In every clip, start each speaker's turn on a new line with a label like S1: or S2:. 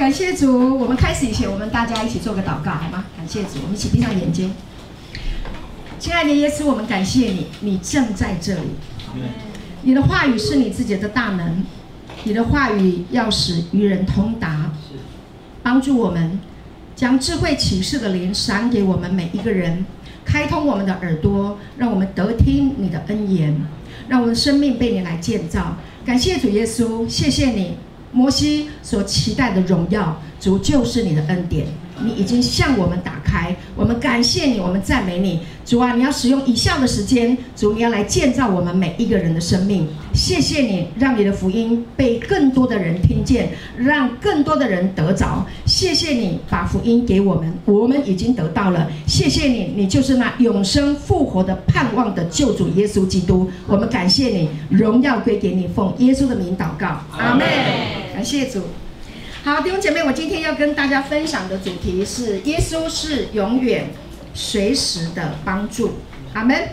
S1: 感谢主。我们开始以前，我们大家一起做个祷告，好吗？感谢主，我们一起闭上眼睛。亲爱的耶稣，我们感谢你，你正在这里。你的话语是你自己的大能，你的话语要使愚人通达，帮助我们将智慧启示的灵赏给我们每一个人，开通我们的耳朵，让我们得听你的恩言，让我们生命被你来建造。感谢主耶稣，谢谢你。摩西所期待的荣耀，主就是你的恩典，你已经向我们打开，我们感谢你，我们赞美你。主啊，你要使用以下的时间，主你要来建造我们每一个人的生命。谢谢你，让你的福音被更多的人听见，让更多的人得着。谢谢你把福音给我们，我们已经得到了。谢谢你，你就是那永生复活的盼望的救主耶稣基督。我们感谢你，荣耀归给你，奉耶稣的名祷告，阿们。感谢主。好，弟兄姐妹，我今天要跟大家分享的主题是耶稣是永远随时的帮助，阿们。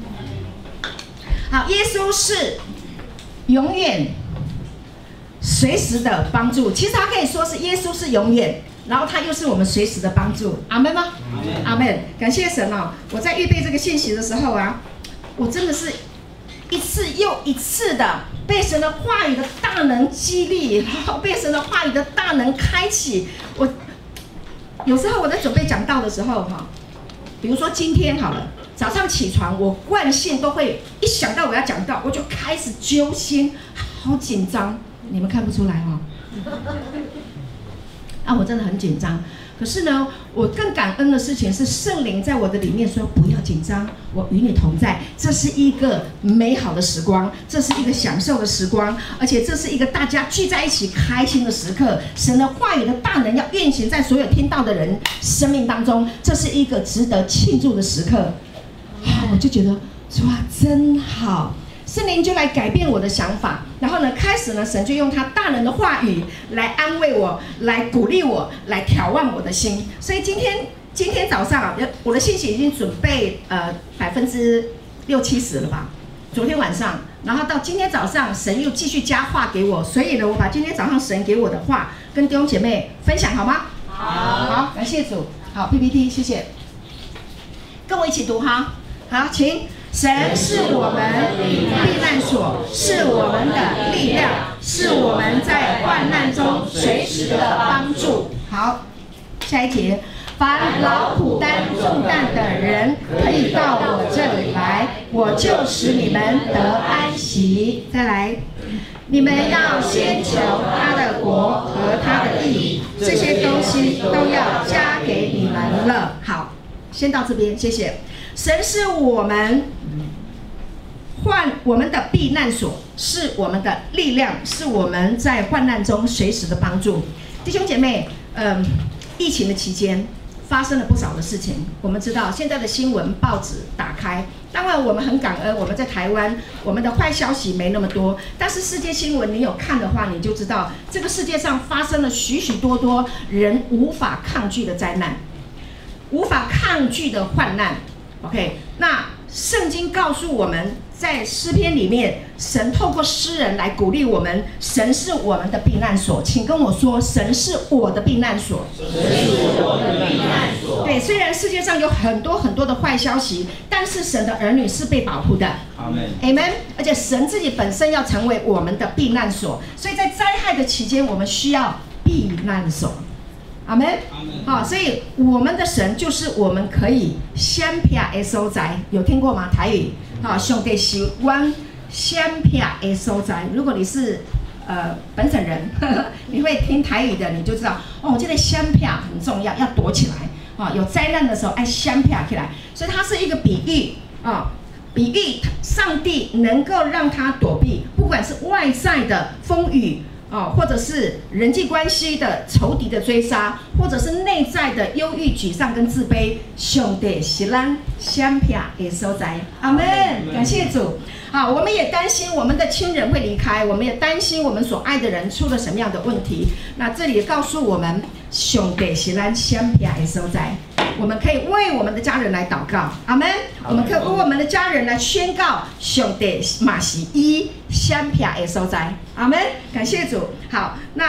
S1: 好，耶稣是永远随时的帮助。其实他可以说是耶稣是永远，然后他又是我们随时的帮助，阿们吗？阿们。感谢神哦！我在预备这个信息的时候啊，我真的是一次又一次的被神的话语的大能激励，然后被神的话语的大能开启。我有时候我在准备讲道的时候哈，比如说今天好了，早上起床我惯性都会一想到我要讲道，我就开始揪心，好紧张。你们看不出来哈？啊，我真的很紧张。可是呢，我更感恩的事情是圣灵在我的里面说不要紧张，我与你同在。这是一个美好的时光，这是一个享受的时光，而且这是一个大家聚在一起开心的时刻。神的话语的大能要运行在所有听到的人生命当中，这是一个值得庆祝的时刻。我就觉得哇，真好。圣灵就来改变我的想法，然后呢，开始呢，神就用他大能的话语来安慰我，来鼓励我，来眺望我的心。所以今天早上啊，我的信息已经准备60%-70%了吧？昨天晚上，然后到今天早上，神又继续加话给我，所以呢，我把今天早上神给我的话跟弟兄姐妹分享，好吗？好，感谢主。好 ，PPT， 谢谢。跟我一起读哈。好，请。神是我们避难所，是我们的力量，是我们在患难中随时的帮助。好，下一节，凡劳苦担重担的人，可以到我这里来，我就使你们得安息。再来，你们要先求他的国和他的义，这些东西都要加给你们了。好，先到这边，谢谢。神是我们的避难所，是我们的力量，是我们在患难中随时的帮助。弟兄姐妹，疫情的期间发生了不少的事情。我们知道现在的新闻报纸打开，当然我们很感恩，我们在台湾我们的坏消息没那么多，但是世界新闻你有看的话，你就知道这个世界上发生了许许多多人无法抗拒的灾难，无法抗拒的患难。OK， 那圣经告诉我们，在诗篇里面，神透过诗人来鼓励我们，神是我们的避难所。请跟我说，神是我的避难所。神是我的避难所。对，虽然世界上有很多很多的坏消息，但是神的儿女是被保护的。Amen。而且神自己本身要成为我们的避难所，所以在灾害的期间，我们需要避难所。阿们。好，所以我们的神就是我们可以先撇的所在，有听过吗？台语，好，上帝是阮先撇的所在。如果你是本省人，你会听台语的，你就知道哦，这个先撇很重要，要躲起来啊。有灾难的时候，先撇起来。所以它是一个比喻啊，比喻上帝能够让他躲避，不管是外在的风雨。或者是人际关系的仇敌的追杀，或者是内在的忧郁、沮丧跟自卑，上帝是咱先撇的所在。阿们，感谢主。好，我们也担心我们的亲人会离开，我们也担心我们所爱的人出了什么样的问题。那这里也告诉我们，上帝是咱先撇的所在。我们可以为我们的家人来祷告，阿们。我们可以为我们的家人来宣告，上帝嘛是伊先撇的所在，阿们。感谢主。好，那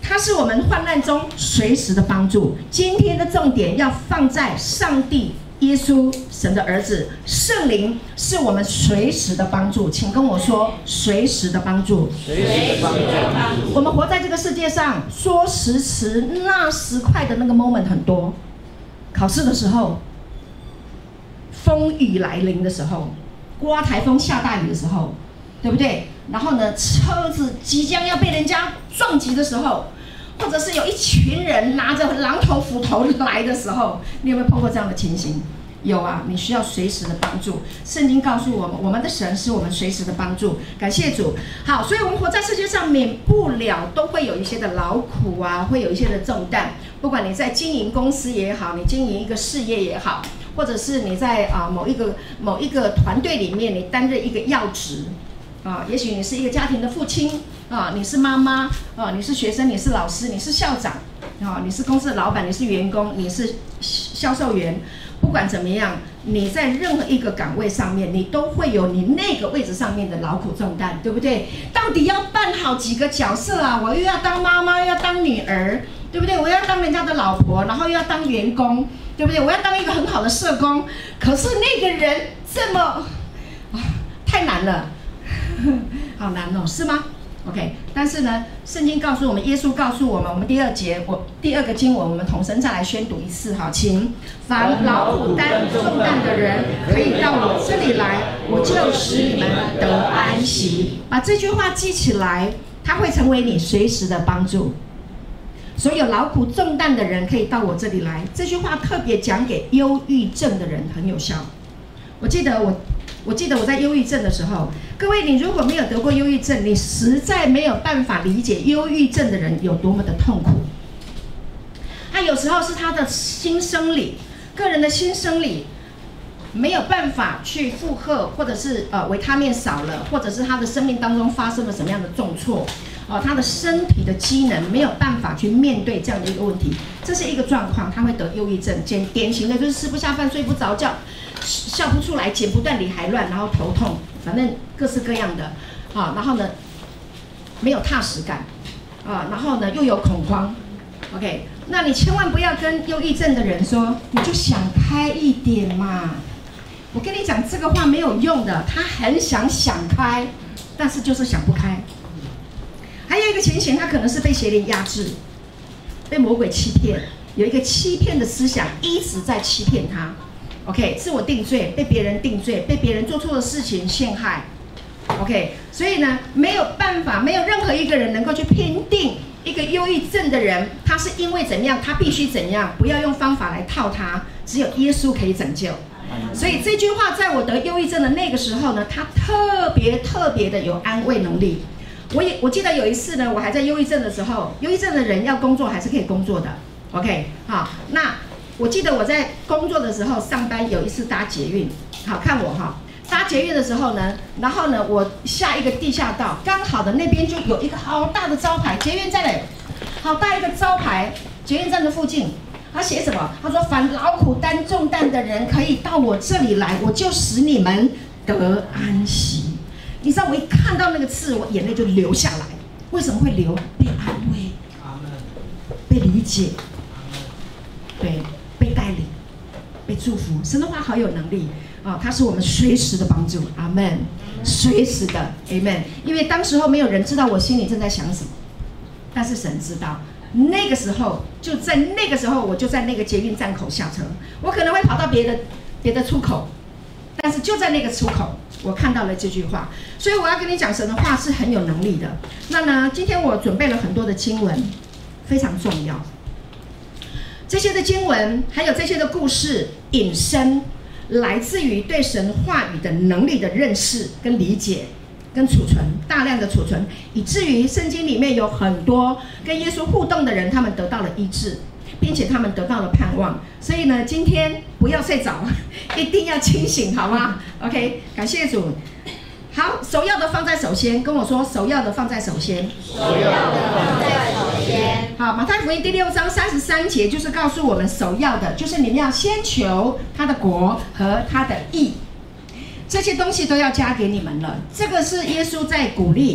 S1: 他是我们患难中随时的帮助。今天的重点要放在上帝、耶稣、神的儿子、圣灵是我们随时的帮助。请跟我说，随时的帮助。
S2: 随时的帮助。
S1: 我们活在这个世界上，说时迟，那时快的那个 moment 很多。考试的时候，风雨来临的时候，刮台风、下大雨的时候，对不对？然后呢，车子即将要被人家撞击的时候，或者是有一群人拿着榔头、斧头来的时候，你有没有碰过这样的情形？有啊，你需要随时的帮助。圣经告诉我们，我们的神是我们随时的帮助。感谢主。好，所以我们活在世界上，免不了都会有一些的劳苦啊，会有一些的重担。不管你在经营公司也好，你经营一个事业也好，或者是你在某一个团队里面，你担任一个要职啊，也许你是一个家庭的父亲啊，你是妈妈啊，你是学生，你是老师，你是校长啊，你是公司的老板，你是员工，你是销售员。不管怎么样，你在任何一个岗位上面，你都会有你那个位置上面的劳苦重担，对不对？到底要扮好几个角色啊？我又要当妈妈，又要当女儿，对不对？我要当人家的老婆，然后又要当员工，对不对？我要当一个很好的社工，可是那个人这么太难了，好难哦，是吗？OK， 但是呢，圣经告诉我们，耶稣告诉我们，我们第二个经文，我们同声再来宣读一次，好，请凡劳苦担重担的人，可以到我这里来，我就使你们得安息。把这句话记起来，它会成为你随时的帮助。所有劳苦重担的人可以到我这里来，这句话特别讲给忧郁症的人，很有效。我记得我在忧郁症的时候，各位，你如果没有得过忧郁症，你实在没有办法理解忧郁症的人有多么的痛苦。他有时候是他的新生理，个人的新生理没有办法去负荷，或者是维他命少了，或者是他的生命当中发生了什么样的重挫，他的身体的机能没有办法去面对这样的一个问题，这是一个状况，他会得忧郁症。典型的就是吃不下饭、睡不着觉、笑不出来、剪不断理还乱，然后头痛，反正各式各样的然后呢没有踏实感然后呢又有恐慌。OK， 那你千万不要跟忧郁症的人说，你就想开一点嘛。我跟你讲这个话没有用的，他很想开，但是就是想不开。还有一个情形，他可能是被邪灵压制，被魔鬼欺骗，有一个欺骗的思想一直在欺骗他。OK， 自我定罪，被别人定罪，被别人做错的事情陷害。OK， 所以呢，没有办法，没有任何一个人能够去评定一个忧郁症的人，他是因为怎样，他必须怎样，不要用方法来套他，只有耶稣可以拯救。所以这句话在我得忧郁症的那个时候呢，他特别的有安慰能力。我记得有一次呢，我还在忧郁症的时候，忧郁症的人要工作还是可以工作的。OK， 好，那我记得我在工作的时候上班，有一次搭捷运，好看我搭捷运的时候呢，然后呢我下一个地下道，刚好的那边就有一个好大的招牌，捷运站嘞，好大一个招牌，捷运站的附近，他写什么？他说凡劳苦担重担的人可以到我这里来，我就使你们得安息。你知道我一看到那个字，我眼泪就流下来。为什么会流？被安慰，被理解，对，被带领，被祝福。神的话好有能力他是我们随时的帮助。阿们，随时的 Amen。因为当时候没有人知道我心里正在想什么，但是神知道。那个时候，就在那个时候，我就在那个捷运站口下车，我可能会跑到别的出口，但是就在那个出口，我看到了这句话。所以我要跟你讲，神的话是很有能力的。那呢，今天我准备了很多的经文，非常重要。这些的经文，还有这些的故事引申，来自于对神话语的能力的认识跟理解。跟储存，大量的储存，以至于圣经里面有很多跟耶稣互动的人，他们得到了医治，并且他们得到了盼望。所以呢，今天不要睡着，一定要清醒，好吗 ？OK， 感谢主。好，首要的放在首先，跟我说，首要的放在首先。
S2: 首要的放在首先。
S1: 好，马太福音第6章33节就是告诉我们，首要的就是你们要先求他的国和他的义。这些东西都要加给你们了。这个是耶稣在鼓励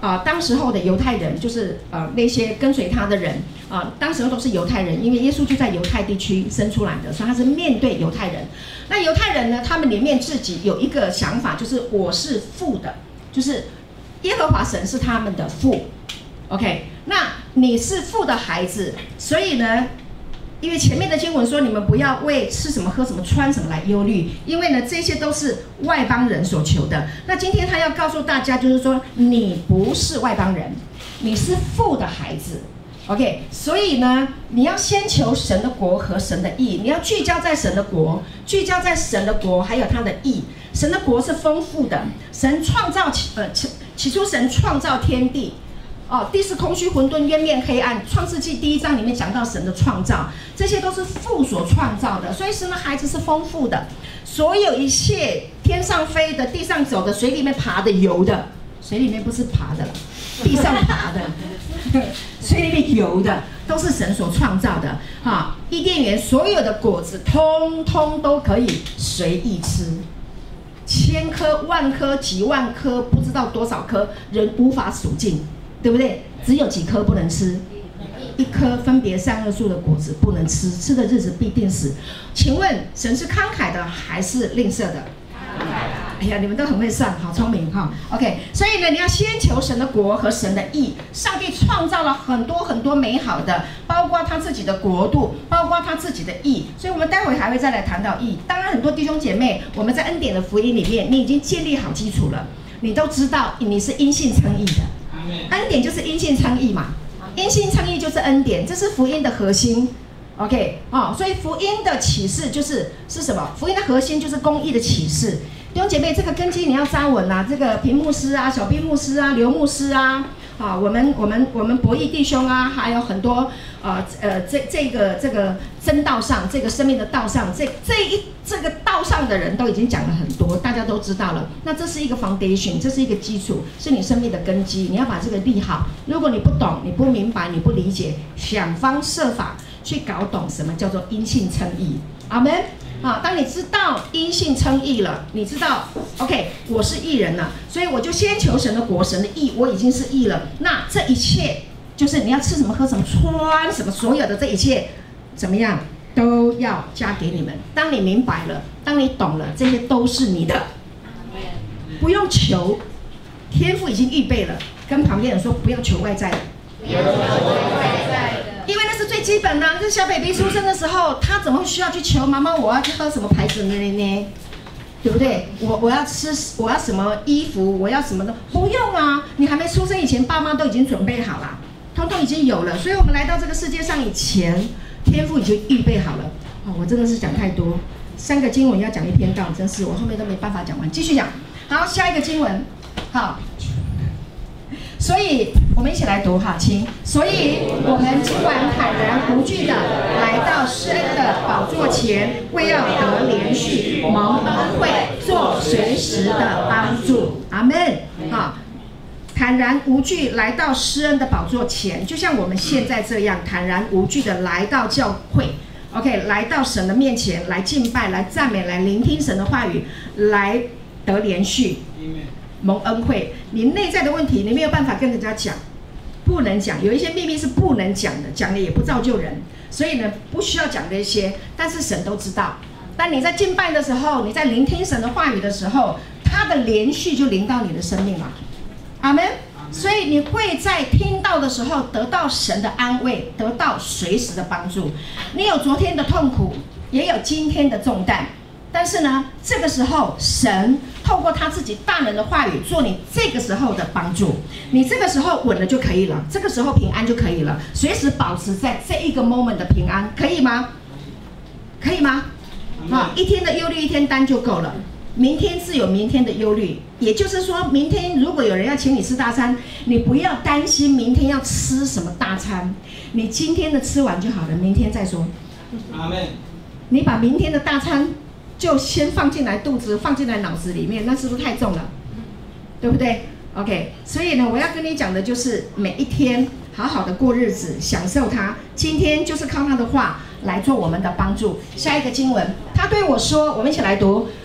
S1: 当时候的犹太人，就是那些跟随他的人当时候都是犹太人，因为耶稣就在犹太地区生出来的，所以他是面对犹太人。那犹太人呢，他们里面自己有一个想法，就是我是父的，就是耶和华神是他们的父。OK， 那你是父的孩子，所以呢，因为前面的经文说你们不要为吃什么喝什么穿什么来忧虑，因为呢这些都是外邦人所求的。那今天他要告诉大家，就是说你不是外邦人，你是父的孩子。OK， 所以呢，你要先求神的国和神的义，你要聚焦在神的国，聚焦在神的国还有他的义。神的国是丰富的，神创造起初神创造天地。地是空虚混沌渊面黑暗，创世纪1章里面讲到神的创造，这些都是父所创造的，所以神的孩子是丰富的。所有一切天上飞的、地上走的、水里面爬的、游的，水里面不是爬的了，地上爬的，水里面游的，都是神所创造的。伊甸园所有的果子，通通都可以随意吃。1000颗、万颗、几万颗，不知道多少颗，人无法数尽。对不对？只有几颗不能吃，1颗分别善恶树的果子不能吃，吃的日子必定死。请问神是慷慨的还是吝啬的？哎呀，你们都很会算，好聪明哈。OK， 所以呢，你要先求神的国和神的义。上帝创造了很多很多美好的，包括他自己的国度，包括他自己的义。所以我们待会还会再来谈到义。当然，很多弟兄姐妹，我们在恩典的福音里面，你已经建立好基础了，你都知道你是因信称义的。恩典就是因信称义嘛，因信称义就是恩典，这是福音的核心。OK， 所以福音的启示是什么？福音的核心就是公义的启示。弟兄姐妹，这个根基你要扎稳啊！这个平牧师啊、小兵牧师啊、刘牧师啊，我们博弈弟兄啊，还有很多这个真道上，这个生命的道上，这个道上的人都已经讲了很多，大家都知道了。那这是一个 foundation， 这是一个基础，是你生命的根基。你要把这个立好。如果你不懂、你不明白、你不理解，想方设法去搞懂什么叫做因信称义。阿们。当你知道因信称义了，你知道 OK， 我是义人了，所以我就先求神的国、神的义，我已经是义了。那这一切就是你要吃什么、喝什么、穿什么，所有的这一切怎么样都要加给你们。当你明白了，当你懂了，这些都是你的，不用求，天父已经预备了。跟旁边人说，不要求外在的，不要求外在的。因为那是最基本的，这小 baby 出生的时候，他怎么会需要去求妈妈？我要去喝什么牌子呢？对不对？我要吃，我要什么衣服？我要什么的？不用啊！你还没出生以前，爸妈都已经准备好了，通通已经有了。所以我们来到这个世界上以前，天父已经预备好了。我真的是讲太多，3个经文要讲1篇道，真是我后面都没办法讲完。继续讲，好，下一个经文，好。所以我们一起来读哈，请。所以我们尽管坦然无惧的来到施恩的宝座前，为要得连续蒙恩惠，做随时的帮助。阿们。好，坦然无惧来到施恩的宝座前，就像我们现在这样坦然无惧的来到教会。OK， 来到神的面前，来敬拜，来赞美，来聆听神的话语，来得连续。蒙恩惠，你内在的问题你没有办法跟人家讲，不能讲，有一些秘密是不能讲的，讲了也不造就人，所以呢不需要讲这些，但是神都知道。当你在敬拜的时候，你在聆听神的话语的时候，他的连续就临到你的生命了。阿们。所以你会在听到的时候得到神的安慰，得到随时的帮助。你有昨天的痛苦，也有今天的重担，但是呢，这个时候神透过他自己大能的话语做你这个时候的帮助，你这个时候稳了就可以了，这个时候平安就可以了，随时保持在这一个 moment 的平安，可以吗？可以吗？一天的忧虑一天担就够了，明天自有明天的忧虑。也就是说，明天如果有人要请你吃大餐，你不要担心明天要吃什么大餐，你今天的吃完就好了，明天再说。阿们。你把明天的大餐就先放进来肚子，放进来脑子里面，那是不是太重了？对不对 ？OK， 所以呢，我要跟你讲的就是每一天好好的过日子，享受它。今天就是靠他的话来做我们的帮助。下一个经文，他对我说，我们一起来读。他对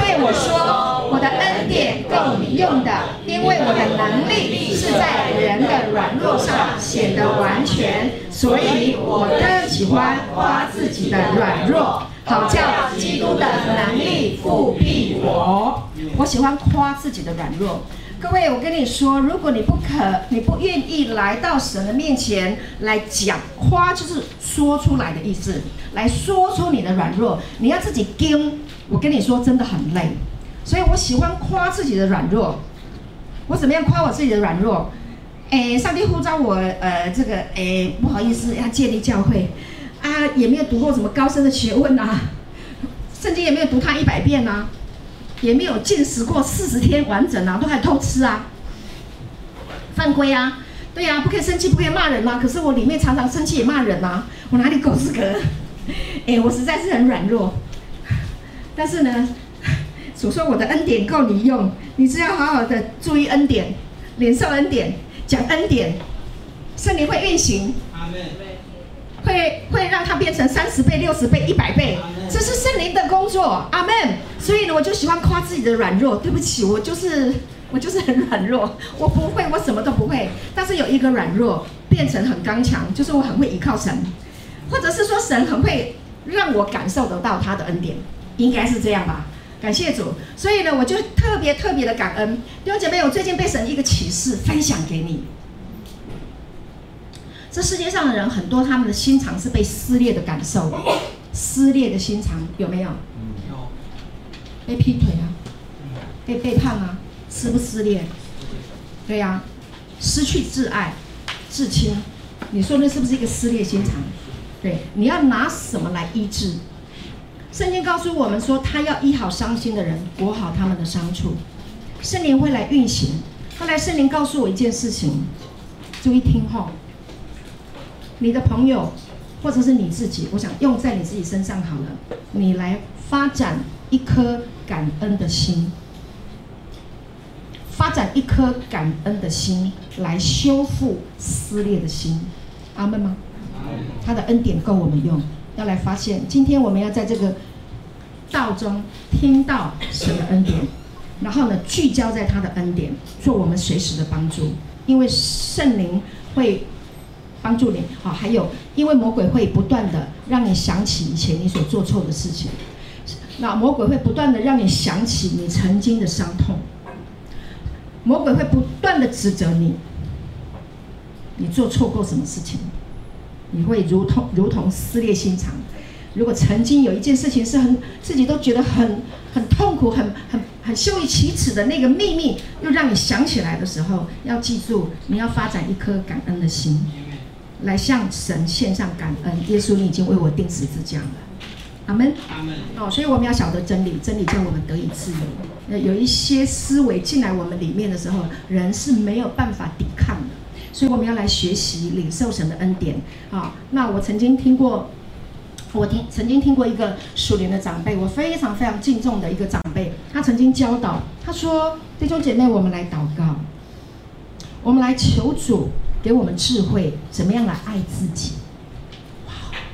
S1: 为我说，我的恩典够你用的，因为我的能力是在人的软弱上显得完全，所以我更喜欢夸自己的软弱，好叫基督的能力复辟我。我喜欢夸自己的软弱。各位，我跟你说，如果你不愿意来到神的面前来讲，夸就是说出来的意思，来说出你的软弱，你要自己盯，我跟你说真的很累。所以我喜欢夸自己的软弱。我怎么样夸我自己的软弱？上帝呼召我，不好意思，要建立教会啊，也没有读过什么高深的学问啊，圣经也没有读它100遍啊。也没有禁食过40天完整啊，都还偷吃啊，犯规啊，对啊，不可以生气，不可以骂人啊。可是我里面常常生气也骂人啊，我哪里够资格？我实在是很软弱。但是呢，主说我的恩典够你用，你只要好好的注意恩典，领受恩典，讲恩典，圣灵会运行。阿们。会让它变成30倍、60倍、100倍，这是圣灵的工作，阿们。所以呢，我就喜欢夸自己的软弱。对不起，我就是很软弱，我不会，我什么都不会。但是有一个软弱变成很刚强，就是我很会依靠神，或者是说神很会让我感受得到他的恩典，应该是这样吧？感谢主。所以呢，我就特别的感恩。弟兄姐妹，我最近被神一个启示分享给你。这世界上的人很多，他们的心肠是被撕裂的感受，撕裂的心肠有没有？有。被劈腿啊，被背叛啊，撕不撕裂？对呀、啊，失去挚爱、至亲，你说那是不是一个撕裂心肠？对，你要拿什么来医治？圣经告诉我们说，他要医好伤心的人，裹好他们的伤处。圣灵会来运行。后来圣灵告诉我一件事情，注意听后。你的朋友，或者是你自己，我想用在你自己身上好了。你来发展一颗感恩的心，发展一颗感恩的心，来修复撕裂的心。阿们吗？他的恩典够我们用。要来发现，今天我们要在这个道中听到神的恩典，然后呢，聚焦在他的恩典，做我们随时的帮助。因为圣灵会帮助你，好，还有，因为魔鬼会不断的让你想起以前你所做错的事情，那魔鬼会不断的让你想起你曾经的伤痛，魔鬼会不断的指责你，你做错过什么事情，你会如同撕裂心肠。如果曾经有一件事情是自己都觉得很痛苦、很羞于启齿的那个秘密，又让你想起来的时候，要记住，你要发展一颗感恩的心。来向神献上感恩，耶稣，你已经为我钉十字架了，阿们。阿们。哦，所以我们要晓得真理，真理叫我们得以自由。有一些思维进来我们里面的时候，人是没有办法抵抗的，所以我们要来学习领受神的恩典。啊，那我曾经听过一个属灵的长辈，我非常敬重的一个长辈，他曾经教导，他说：弟兄姐妹，我们来祷告，我们来求主给我们智慧，怎么样来爱自己？哇！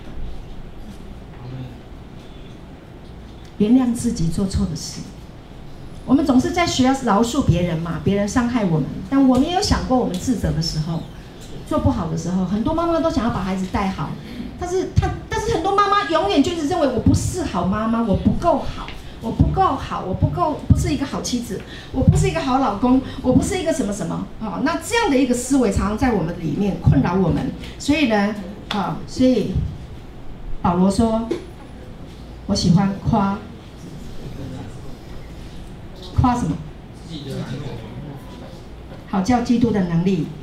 S1: 原谅自己做错的事。我们总是在学要饶恕别人嘛，别人伤害我们，但我们也有想过我们自责的时候，做不好的时候，很多妈妈都想要把孩子带好，但是很多妈妈永远就是认为我不是好妈妈，我不够好。我不够好，不是一个好妻子，我不是一个好老公，我不是一个什么什么啊、那这样的一个思维常常在我们里面困扰我们。所以呢，所以保罗说，我喜欢夸什么？好叫基督的能力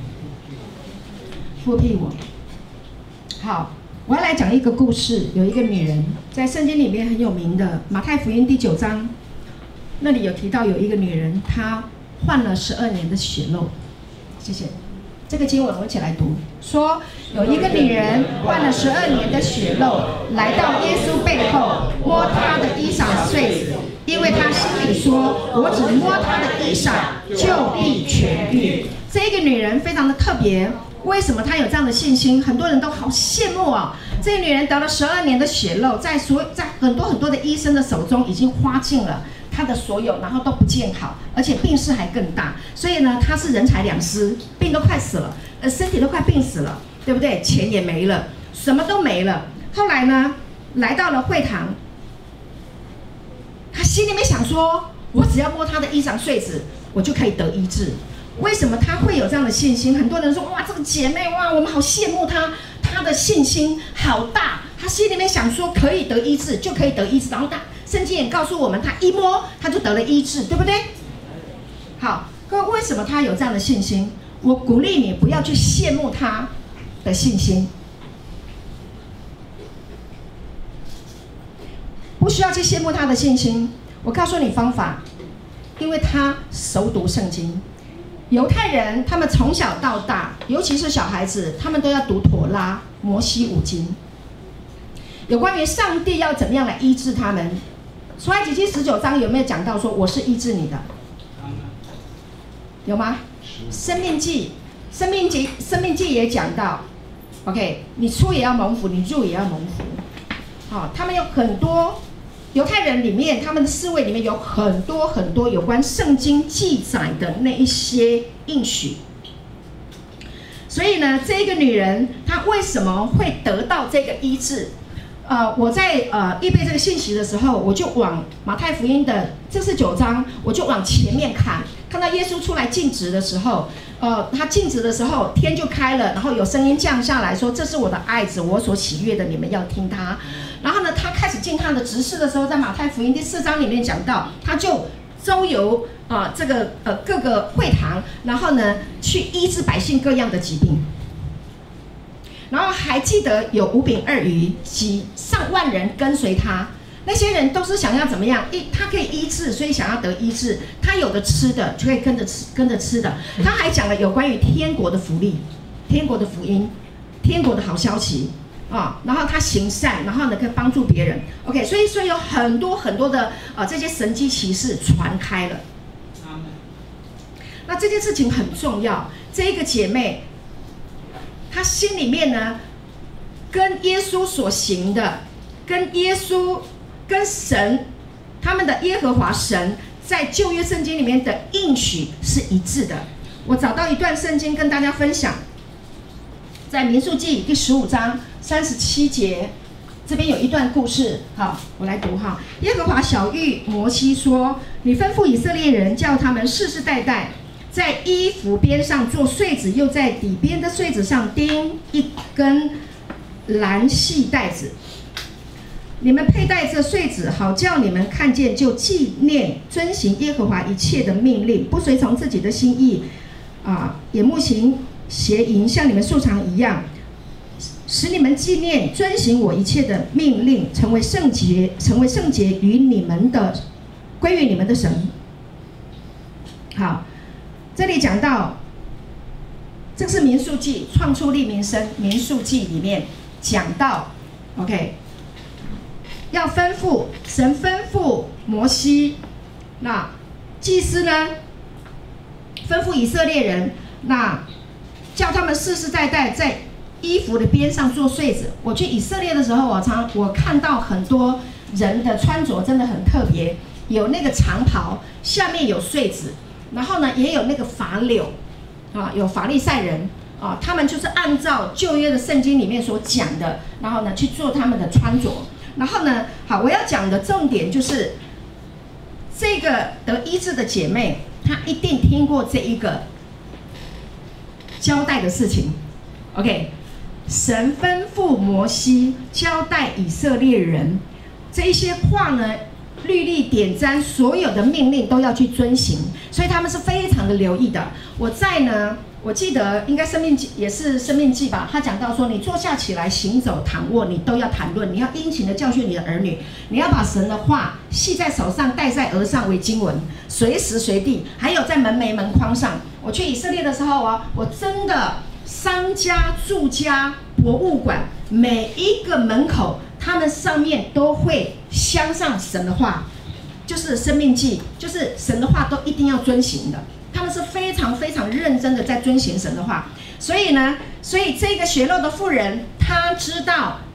S1: 复辟我。好。我要来讲一个故事，有一个女人在圣经里面很有名的马太福音第9章，那里有提到有一个女人，她患了12年的血漏。谢谢。这个经文我们一起来读，说有一个女人患了12年的血漏，来到耶稣背后，摸他的衣裳燧死，因为她心里说：我只摸他的衣裳，就必痊愈。这个女人非常的特别。为什么她有这样的信心？很多人都好羡慕啊！这个女人得了12年的血漏，在很多的医生的手中已经花尽了， 他的所有，然后都不见好，而且病势还更大。所以呢，他是人财两失，病都快死了，身体都快病死了，对不对？钱也没了，什么都没了。后来呢，来到了会堂，他心里面想说：我只要摸他的衣裳穗子，我就可以得医治。为什么他会有这样的信心？很多人说：哇，这个姐妹哇，我们好羡慕她，她的信心好大。她心里面想说，可以得医治就可以得医治，然后圣经也告诉我们，她一摸她就得了医治，对不对？好，各位，为什么她有这样的信心？我鼓励你不要去羡慕她的信心，不需要去羡慕她的信心。我告诉你方法，因为她熟读圣经。犹太人他们从小到大，尤其是小孩子，他们都要读妥拉、摩西五经，有关于上帝要怎么样来医治他们。出埃及记19章有没有讲到说我是医治你的？有吗？生命记也讲到 ，OK， 你出也要蒙福，你入也要蒙福。好，他们有很多。犹太人里面，他们的思维里面有很多有关圣经记载的那一些应许。所以呢，这个女人她为什么会得到这个医治？我在预备这个信息的时候，我就往马太福音的49章，我就往前面看到耶稣出来尽职的时候，他尽职的时候，天就开了，然后有声音降下来说：“这是我的爱子，我所喜悦的，你们要听他。”然后呢，他开始进他的职事的时候，在马太福音第4章里面讲到，他就周游这个各个会堂，然后呢去医治百姓各样的疾病。然后还记得有5饼2鱼，几上万人跟随他，那些人都是想要怎么样？他可以医治，所以想要得医治。他有的吃的就可以跟着吃的。他还讲了有关于天国的福利、天国的福音、天国的好消息啊。然后他行善，然后呢可以帮助别人。OK， 所以有很多的这些神迹奇事传开了。那这件事情很重要。这一个姐妹，她心里面呢，跟耶稣所行的，跟耶稣、跟神，他们的耶和华神在旧约圣经里面的应许是一致的。我找到一段圣经跟大家分享，在民数记第15章37节，这边有一段故事。好，我来读哈。耶和华晓谕摩西说：“你吩咐以色列人，叫他们世世代代在衣服边上做穗子，又在底边的穗子上钉一根蓝细带子。你们佩戴这穗子，好叫你们看见就纪念，遵行耶和华一切的命令，不随从自己的心意，也不行邪淫，像你们素常一样，使你们纪念遵行我一切的命令，成为圣洁，与你们的归于你们的神。”好。这里讲到，这是民数记，创出利民生民数记里面讲到 ，OK， 要吩咐神吩咐摩西，那祭司呢吩咐以色列人，那叫他们世世代代在衣服的边上做穗子。我去以色列的时候，我看到很多人的穿着真的很特别，有那个长袍，下面有穗子。然后呢，也有那个法柳，有法利赛人他们就是按照旧约的圣经里面所讲的，然后呢去做他们的穿着。然后呢，好，我要讲的重点就是这个得医治的姐妹，她一定听过这一个交代的事情。OK， 神吩咐摩西交代以色列人这一些话呢。律例典章所有的命令都要去遵行，所以他们是非常的留意的。我记得应该生命记也是生命记吧，他讲到说，你坐下起来行走躺卧，你都要谈论，你要殷勤的教训你的儿女，你要把神的话系在手上，戴在额上为经文，随时随地，还有在门楣门框上。我去以色列的时候我真的商家、住家、博物馆每一个门口，他们上面都会镶上神的话，就是生命记，就是神的话都一定要遵行的。他们是非常非常认真的在遵行神的话。所以这个血肉的妇人，她知道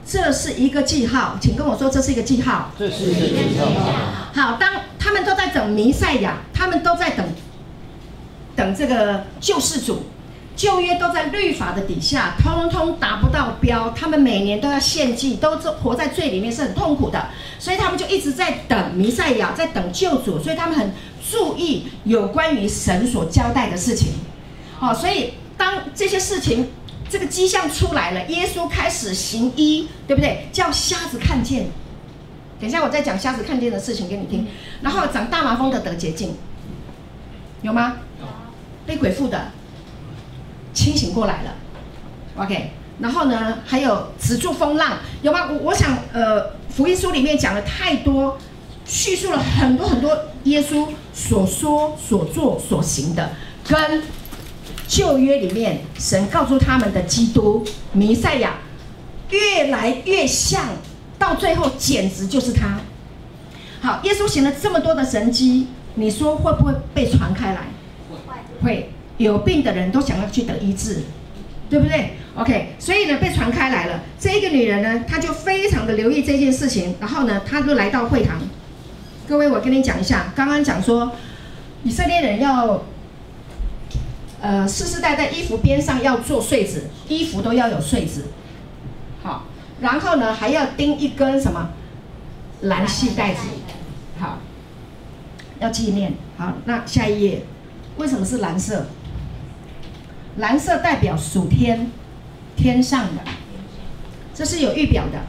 S1: 这是一个记号，请跟我说，这是一个记号。
S2: 这是一个记号。
S1: 好，当他们都在等弥赛亚，他们都在等这个救世主。旧约都在律法的底下，通通达不到标，他们每年都要献祭，都活在罪里面，是很痛苦的。所以他们就一直在等弥赛亚，在等救主，所以他们很注意有关于神所交代的事情。好，所以当这些事情这个迹象出来了，耶稣开始行医，对不对？叫瞎子看见。等一下我再讲瞎子看见的事情给你听。然后长大麻风的得洁净，有吗？被鬼附的清醒过来了 ，OK， 然后呢，还有止住风浪，有吗？我想，福音书里面讲了太多，叙述了很多耶稣所说、所做、所行的，跟旧约里面神告诉他们的基督弥赛亚越来越像，到最后简直就是他。好，耶稣行了这么多的神迹，你说会不会被传开来？会。有病的人都想要去得医治，对不对 ？OK， 所以呢，被传开来了。这一个女人呢，她就非常的留意这件事情，然后呢，她就来到会堂。各位，我跟你讲一下，刚刚讲说，以色列人要，世世代代衣服边上要做穗子，衣服都要有穗子，好，然后呢，还要钉一根什么蓝细带子，好，要纪念。好，那下一页，为什么是蓝色？蓝色代表属天，天上的，这是有预表的。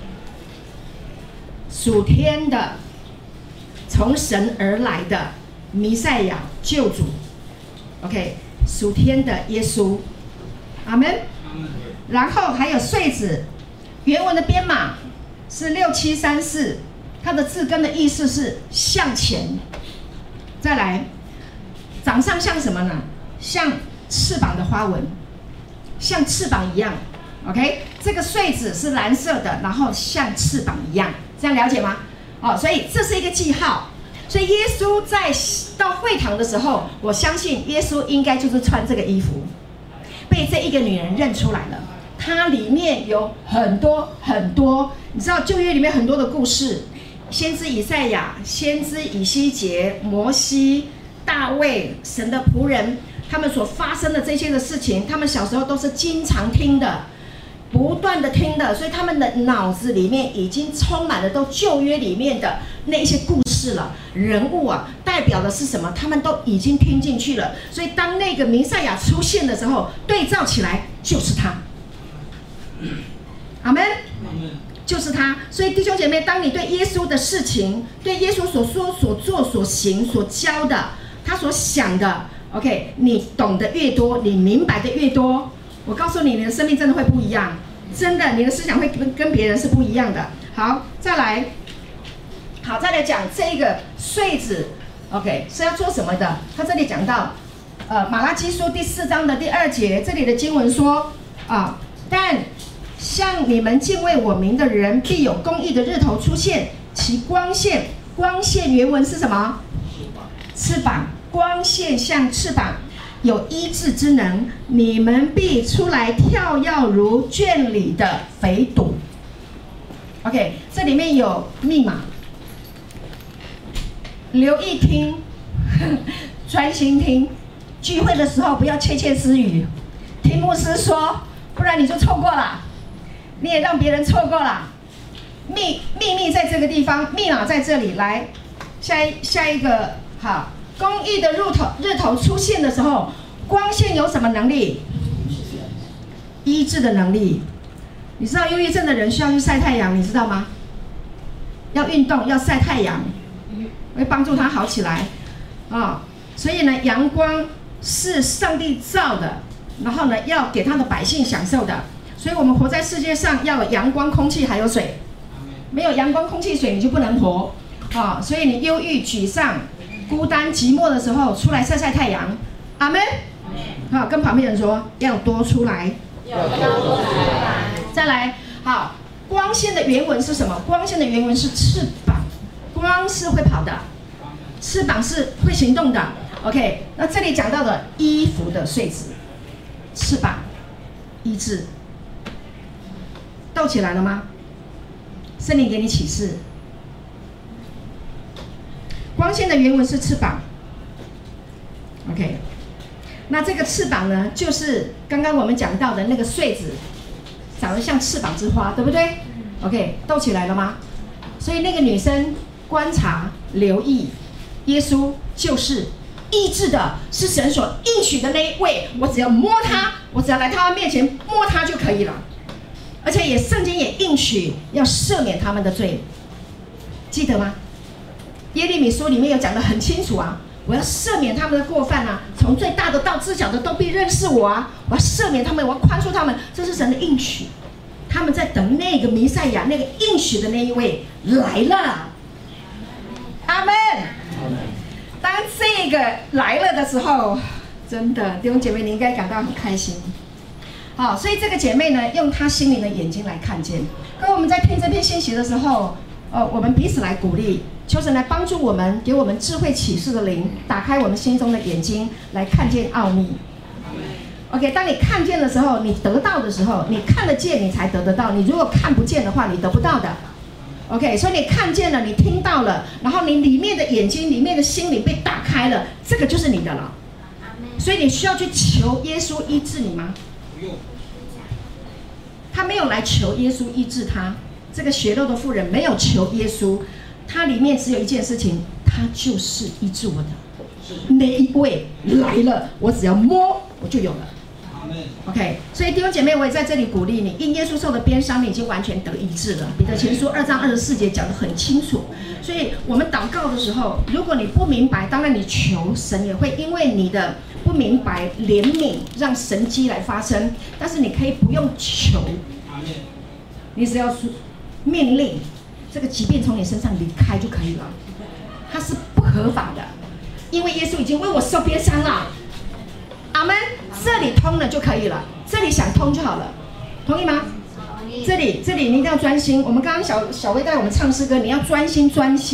S1: 属天的，从神而来的弥赛亚救主 ，OK， 属天的耶稣，阿门。然后还有穗子，原文的编码是6734，它的字根的意思是向前。再来，长相像什么呢？像翅膀的花纹，像翅膀一样 ，OK， 这个穗子是蓝色的，然后像翅膀一样，这样了解吗？哦，所以这是一个记号。所以耶稣在到会堂的时候，我相信耶稣应该就是穿这个衣服，被这一个女人认出来了。它里面有很多，你知道旧约里面很多的故事，先知以赛亚、先知以西结、摩西、大卫、神的仆人。他们所发生的这些的事情，他们小时候都是经常听的，不断的听的，所以他们的脑子里面已经充满了都旧约里面的那些故事了，人物啊，代表的是什么，他们都已经听进去了。所以当那个弥赛亚出现的时候，对照起来就是他。阿们，就是他。所以弟兄姐妹，当你对耶稣的事情，对耶稣所说、所做、所行、所教的，他所想的。OK， 你懂得越多，你明白的越多，我告诉你，你的生命真的会不一样，真的，你的思想会跟别人是不一样的。好，再来讲这个穗子 ，OK 是要做什么的？他这里讲到，马拉基书第4章的第2节，这里的经文说啊，但像你们敬畏我名的人，必有公义的日头出现，其光线原文是什么？翅膀。光线像翅膀，有医治之能，你们必出来跳跃如圈里的肥犊。OK， 这里面有密码，留意听，专心听。聚会的时候不要窃窃私语，听牧师说，不然你就错过了，你也让别人错过了。秘密在这个地方，密码在这里。来，下一个，好。公义的日头出现的时候，光线有什么能力？医治的能力。你知道忧郁症的人需要去晒太阳，你知道吗？要运动，要晒太阳，会帮助他好起来啊。所以呢，阳光是上帝造的，然后呢，要给他的百姓享受的。所以我们活在世界上要有阳光、空气还有水，没有阳光、空气、水你就不能活啊。所以你忧郁、沮丧。孤单寂寞的时候，出来晒晒太阳，阿们。好，跟旁边人说要多出来，
S2: 要多出来。
S1: 再来，好，光线的原文是什么？光线的原文是翅膀，光是会跑的，翅膀是会行动的。OK， 那这里讲到的衣服的穗子，翅膀，医治， 斗起来了吗？圣灵给你启示。光线的原文是翅膀 ，OK。那这个翅膀呢，就是刚刚我们讲到的那个穗子，长得像翅膀之花，对不对 ？OK， 斗起来了吗？所以那个女生观察、留意，耶稣就是医治的，是神所应许的那一位。我只要摸他，我只要来他面前摸他就可以了。而且圣经也应许要赦免他们的罪，记得吗？耶利米书里面有讲得很清楚啊，我要赦免他们的过犯啊，从最大的到最小的都必认识我啊，我要赦免他们，我要宽恕他们，这是神的应许。他们在等那个弥赛亚，那个应许的那一位来了。阿们。当这个来了的时候，真的弟兄姐妹，你应该感到很开心。好，所以这个姐妹呢，用她心灵的眼睛来看见。各位，我们在听这篇信息的时候，我们彼此来鼓励，求神来帮助我们，给我们智慧启示的灵，打开我们心中的眼睛，来看见奥秘。OK， 当你看见的时候，你得到的时候，你看得见，你才得得到。你如果看不见的话，你得不到的。OK， 所以你看见了，你听到了，然后你里面的眼睛、里面的心灵被打开了，这个就是你的了。所以你需要去求耶稣医治你吗？不用。他没有来求耶稣医治他，这个血肉的妇人没有求耶稣，他里面只有一件事情，他就是医治我的。那一位来了，我只要摸，我就有了。OK， 所以弟兄姐妹，我也在这里鼓励你，因耶稣受的鞭伤，你已经完全得医治了。彼得前书2章24节讲得很清楚。所以我们祷告的时候，如果你不明白，当然你求神也会因为你的不明白怜悯，让神迹来发生。但是你可以不用求，你只要命令这个疾病从你身上离开就可以了。它是不合法的，因为耶稣已经为我受鞭伤了。阿们，这里通了就可以了，这里想通就好了，同意吗？这里你一定要专心。我们刚刚小薇带我们唱诗歌，你要专心。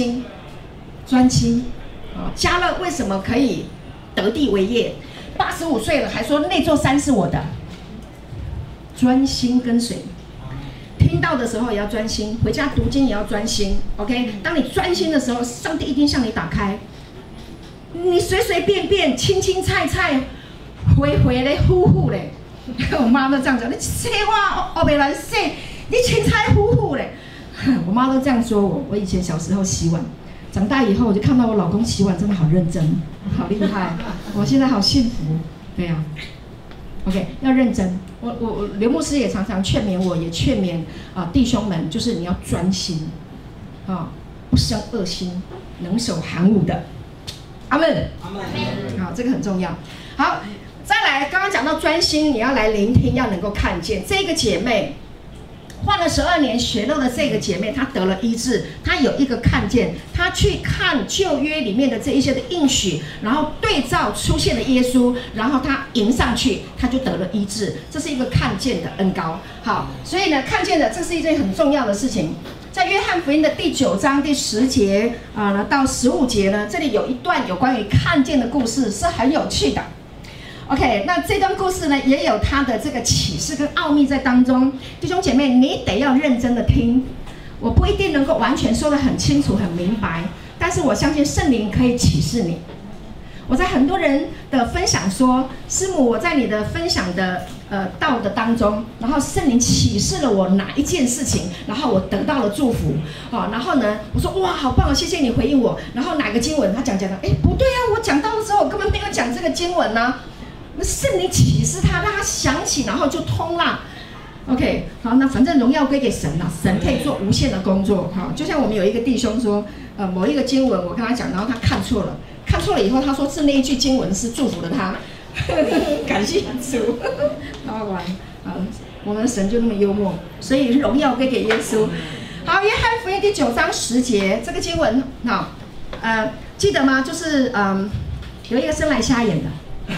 S1: 迦勒为什么可以得地为业？85岁了还说那座山是我的，专心跟随。听到的时候也要专心，回家读经也要专心。OK， 当你专心的时候，上帝一定向你打开。你随便、青菜。回嘞，呼嘞，我妈都这样讲，你切我后边来洗，你青菜呼嘞，我妈都这样说我。我以前小时候洗碗，长大以后我就看到我老公洗碗真的好认真，好厉害，我现在好幸福，对呀、OK， 要认真。我刘牧师也常常劝勉我，也劝勉弟兄们，就是你要专心，不生恶心，能守寒武的。阿们，好，这个很重要。好。再来，刚刚讲到专心，你要来聆听，要能够看见。这个姐妹患了12年血肉的这个姐妹，她得了医治，她有一个看见，她去看旧约里面的这一些的应许，然后对照出现了耶稣，然后她迎上去，她就得了医治。这是一个看见的恩膏。好，所以呢，看见的这是一件很重要的事情。在约翰福音的第9章第10节到15节呢，这里有一段有关于看见的故事，是很有趣的。OK， 那这段故事呢，也有它的这个启示跟奥秘在当中。弟兄姐妹，你得要认真的听。我不一定能够完全说得很清楚、很明白，但是我相信圣灵可以启示你。我在很多人的分享说，师母，我在你的分享的道的当中，然后圣灵启示了我哪一件事情，然后我得到了祝福。然后呢，我说哇，好棒，谢谢你回应我。然后哪个经文他讲，不对啊，我讲到的时候我根本没有讲这个经文啊。那圣灵启示他，让他想起，然后就通了。OK， 好，那反正荣耀归给神了，神可以做无限的工作。好，就像我们有一个弟兄说，某一个经文我跟他讲，然后他看错了以后，他说是那一句经文是祝福了他，感谢主，好好玩。我们的神就那么幽默，所以荣耀归给耶稣。好，约翰福音第9章10节，这个经文好，记得吗？就是有一个生来瞎眼的。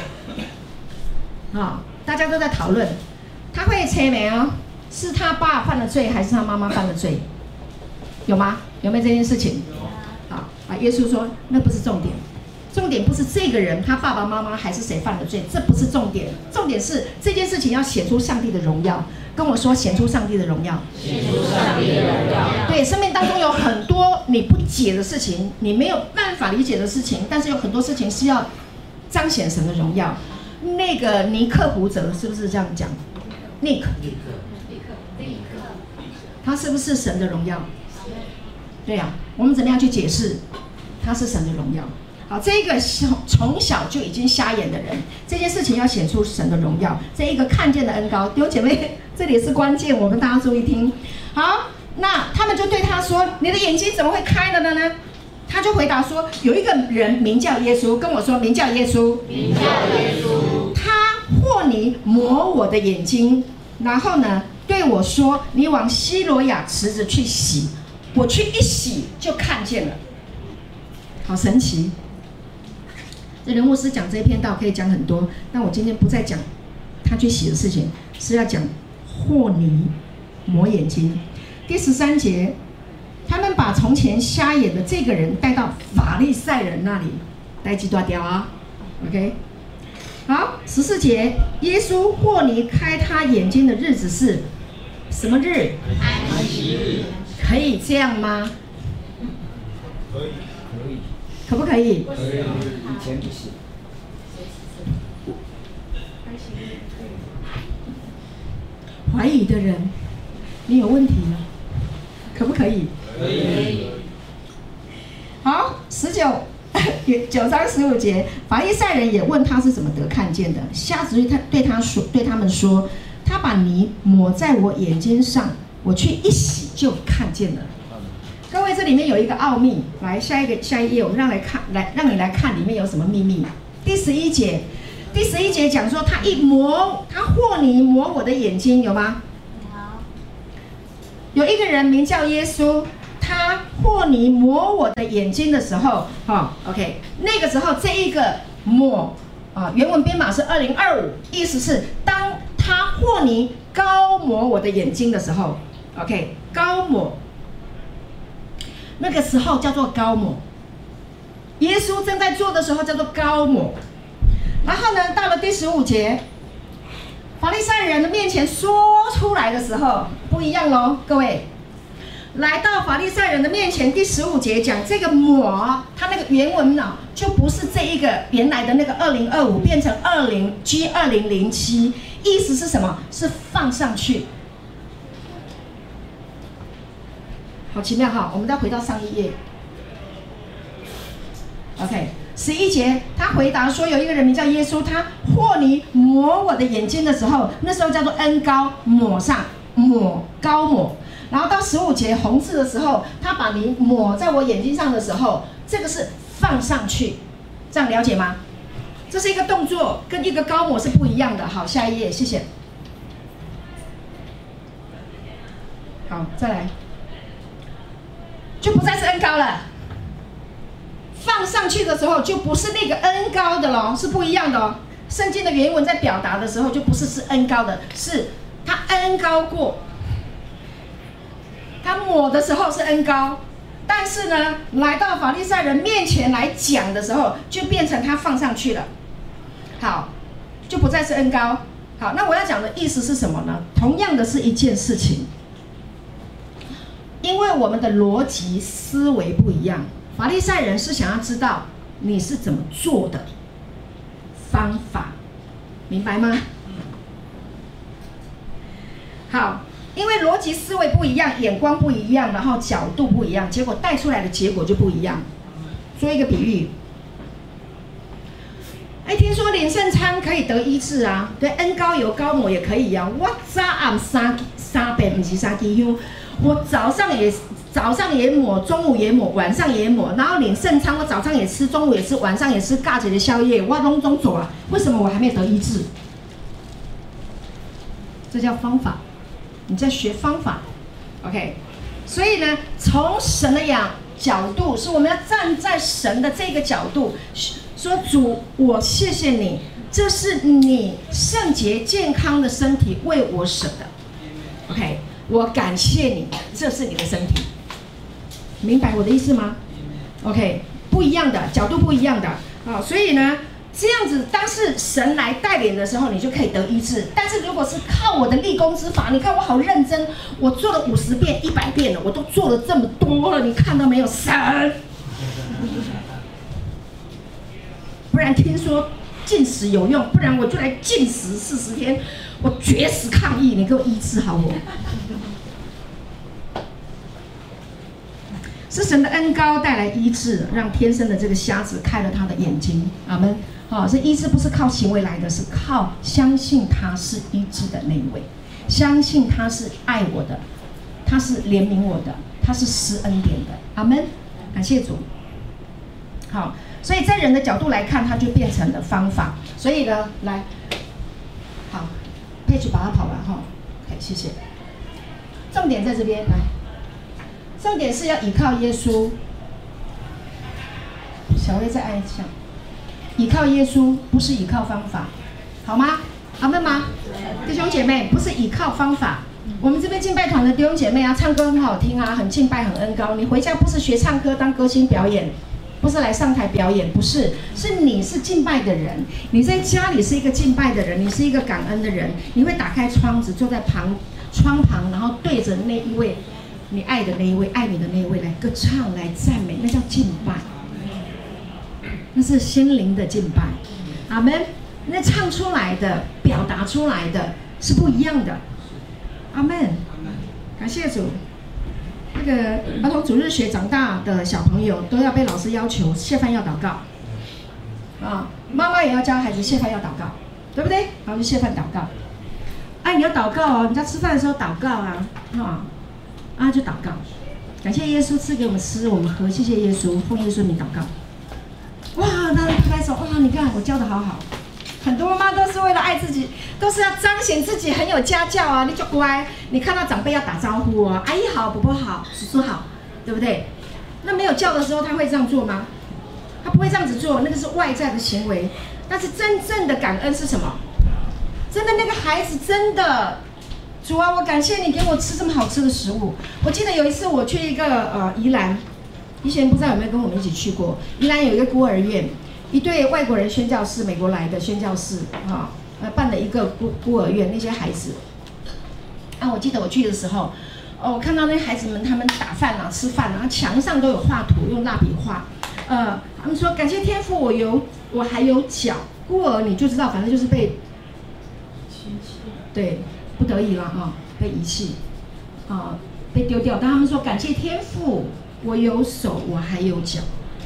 S1: 大家都在讨论，他会猜没哦？是他爸犯了罪，还是他妈妈犯了罪？有吗？有没有这件事情？好，耶稣说那不是重点， 重点不是这个人他爸爸妈妈还是谁犯了罪，这不是重点，重点是这件事情要显出上帝的荣耀。跟我说，显出上帝的荣耀。
S2: 显出上帝的荣耀。
S1: 对，生命当中有很多你不解的事情，你没有办法理解的事情，但是有很多事情是要彰显神的荣耀。那个尼克胡泽是不是这样讲？尼克，他是不是神的荣耀？对呀、我们怎么样去解释他是神的荣耀？好，这一个从小就已经瞎眼的人，这件事情要显出神的荣耀，这一个看见的恩膏。弟兄姐妹，这里是关键，我们大家注意听。好，那他们就对他说：“你的眼睛怎么会开了呢？”他就回答说：“有一个人名叫耶稣，跟我说名叫耶稣，
S2: 名叫耶稣，
S1: 他和泥抹我的眼睛，然后呢对我说：你往西罗亚池子去洗。我去一洗就看见了。”好神奇！这人牧师讲这一篇道可以讲很多，但我今天不再讲他去洗的事情，是要讲和泥抹眼睛。第13节，他们把从前瞎眼的这个人带到法利赛人那里，带几段掉啊 ？OK， 好，14节，耶稣和泥开他眼睛的日子是什么日？
S2: 安息日。
S1: 可以这样吗？
S3: 可以。
S1: 可不可以？
S3: 可以，以前不行。
S1: 怀疑的人，你有问题了，可不可以？
S3: 可以。
S1: 好，9章15节，法利赛人也问他是怎么得看见的。瞎子对他们说，他把泥抹在我眼睛上，我去一洗就看见了。各位，这里面有一个奥秘。来，下一页，我们让你来看里面有什么秘密。第11节讲说，他和泥抹我的眼睛，有吗？有一个人名叫耶稣，他和泥抹我的眼睛的时候，OK， 那个时候这一个抹原文编码是2025，意思是当他和泥膏抹我的眼睛的时候 ，OK， 膏抹。那个时候叫做膏抹，耶稣正在做的时候叫做膏抹。然后呢，到了第15节，法利赛人的面前说出来的时候不一样喽，各位。来到法利赛人的面前，第15节讲这个抹，它那个原文就不是这一个原来的那个2025变成G2007，意思是什么？是放上去。好奇妙哈！我们再回到上一页。OK， 11节，他回答说，有一个人名叫耶稣，他和泥抹我的眼睛的时候，那时候叫做恩膏抹上，膏抹。然后到15节红字的时候，他把泥抹在我眼睛上的时候，这个是放上去，这样了解吗？这是一个动作，跟一个膏抹是不一样的。好，下一页，谢谢。好，再来。就不再是恩膏了，放上去的时候就不是那个恩膏的咯，是不一样的哦。圣经的原文在表达的时候就不是恩膏的，是他恩膏过，他抹的时候是恩膏，但是呢，来到法利赛人面前来讲的时候，就变成他放上去了。好，就不再是恩膏。好，那我要讲的意思是什么呢？同样的是一件事情。因为我们的逻辑思维不一样，法利赛人是想要知道你是怎么做的方法，明白吗？好，因为逻辑思维不一样，眼光不一样，然后角度不一样，结果带出来的结果就不一样。做一个比喻，听说领圣餐可以得医治啊，对，恩膏油膏抹也可以啊。我早暗三遍，不是三支香。我早上也抹，中午也抹，晚上也抹，然后领圣餐，我早上也吃，中午也吃，晚上也吃，尬姐的宵夜，我拢总做啊。为什么我还没得医治？这叫方法，你在学方法 ，OK？ 所以呢，从神的角度，是我们要站在神的这个角度，说主，我谢谢你，这是你圣洁健康的身体为我舍的 ，OK？我感谢你，这是你的身体，明白我的意思吗 ？OK， 不一样的角度，不一样的。 所以呢，这样子，当是神来带领的时候，你就可以得医治。但是如果是靠我的立功之法，你看我好认真，我做了50遍、100遍了，我都做了这么多了，你看到没有？神，不然听说禁食有用，不然我就来禁食40天，我绝食抗议，你给我医治好我。是神的恩膏带来医治，让天生的这个瞎子开了他的眼睛。阿们。这医治不是靠行为来的，是靠相信他是医治的那一位，相信他是爱我的，他是怜悯我的，他是施恩典的。阿们。感谢主。好，所以在人的角度来看，它就变成了方法。所以呢，来，好，佩奇把它跑完哈。OK， 谢谢。重点在这边来。重点是要依靠耶稣，小薇再按一下，依靠耶稣，不是依靠方法，好吗？阿们吗？弟兄姐妹，不是依靠方法。我们这边敬拜团的弟兄姐妹啊，唱歌很好听啊，很敬拜，很恩膏。你回家不是学唱歌当歌星表演，不是来上台表演，不是，是你是敬拜的人，你在家里是一个敬拜的人，你是一个感恩的人，你会打开窗子，坐在窗旁，然后对着那一位。你爱的那一位，爱你的那一位来歌唱，来赞美，那叫敬拜，那是心灵的敬拜。阿们。那唱出来的、表达出来的是不一样的。阿们。感谢主。那个儿童主日学长大的小朋友都要被老师要求谢饭要祷告，妈妈也要教孩子谢饭要祷告，对不对？然后就谢饭祷告。你要祷告哦，人家吃饭的时候祷告就祷告，感谢耶稣赐给我们吃，我们喝，谢谢耶稣，奉耶稣名祷告。哇，那拍拍手，哇，你看我教的好好。很多妈妈都是为了爱自己，都是要彰显自己很有家教啊，你就乖，你看到长辈要打招呼啊，阿姨好，伯伯好，叔叔好，对不对？那没有教的时候，他会这样做吗？他不会这样子做，那个是外在的行为。但是真正的感恩是什么？真的那个孩子真的。主啊，我感谢你给我吃这么好吃的食物。我记得有一次我去一个宜兰，以前不知道有没有跟我们一起去过。宜兰有一个孤儿院，一对外国人宣教士，美国来的宣教士办了一个孤儿院，那些孩子。我记得我去的时候，我看到那孩子们他们打饭啊、吃饭啊，墙上都有画图，用蜡笔画。他们说感谢天父，我还有脚。孤儿你就知道，反正就是被对。不得已了被遗弃，被丢掉。但他们说感谢天父，我有手，我还有脚。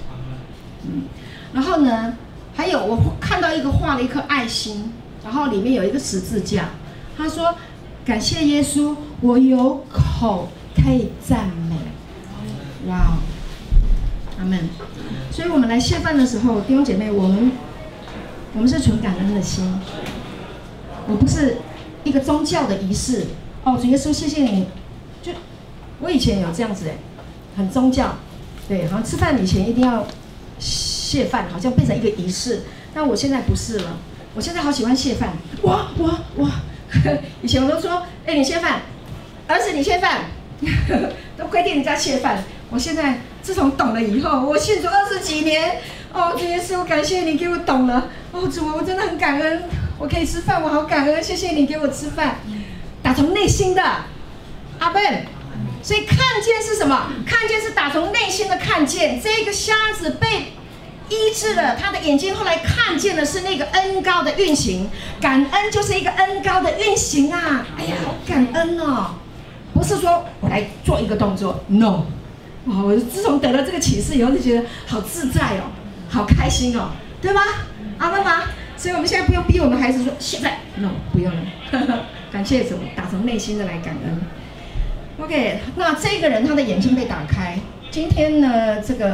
S1: 然后呢，还有我看到一个画了一颗爱心，然后里面有一个十字架。他说感谢耶稣，我有口可以赞美。哇，阿们。所以我们来谢饭的时候，弟兄姐妹，我们是纯感恩的心，我不是。一个宗教的仪式主耶稣谢谢你，就我以前有这样子很宗教，对，好像吃饭以前一定要谢饭，好像变成一个仪式。但我现在不是了，我现在好喜欢谢饭，哇，以前我都说，你谢饭，儿子你谢饭，都规定人家谢饭。我现在自从懂了以后，我信主20几年，主耶稣感谢你给我懂了，主我真的很感恩。我可以吃饭，我好感恩，谢谢你给我吃饭，打从内心的，阿们。所以看见是什么？看见是打从内心的看见。这个瞎子被医治了，他的眼睛后来看见的是那个恩膏的运行。感恩就是一个恩膏的运行啊！哎呀，好感恩哦！不是说我来做一个动作 ，no。我自从得了这个启示以后，就觉得好自在哦，好开心哦，对吗？阿们吗？所以我们现在不用逼我们孩子说现在 ，no， 不用了。感谢主，打从内心的来感恩。OK， 那这个人他的眼睛被打开。今天呢，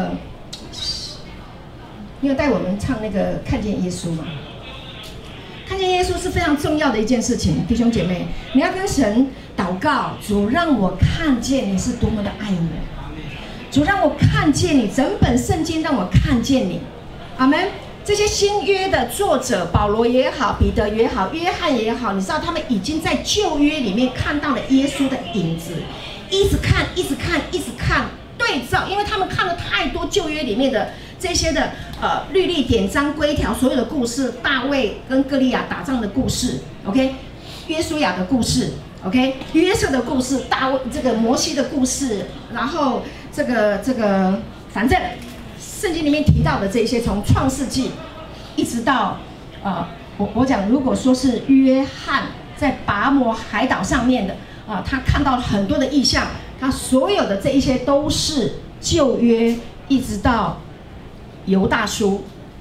S1: 你有带我们唱那个看见耶稣吗？看见耶稣是非常重要的一件事情，弟兄姐妹，你要跟神祷告，主让我看见你是多么的爱我，主让我看见你，整本圣经让我看见你，阿们。这些新约的作者，保罗也好，彼得也好，约翰也好，你知道他们已经在旧约里面看到了耶稣的影子，一直看，对照，因为他们看了太多旧约里面的这些的律例典章规条所有的故事，大卫跟歌利亚打仗的故事 ，OK， 约书亚的故事 ，OK， 约瑟的故事，大卫这个摩西的故事，然后这个反正圣经里面提到的这些，从创世纪一直到我讲，如果说是约翰在拔摩海岛上面的他看到了很多的异象，他所有的这一些都是旧约一直到犹大书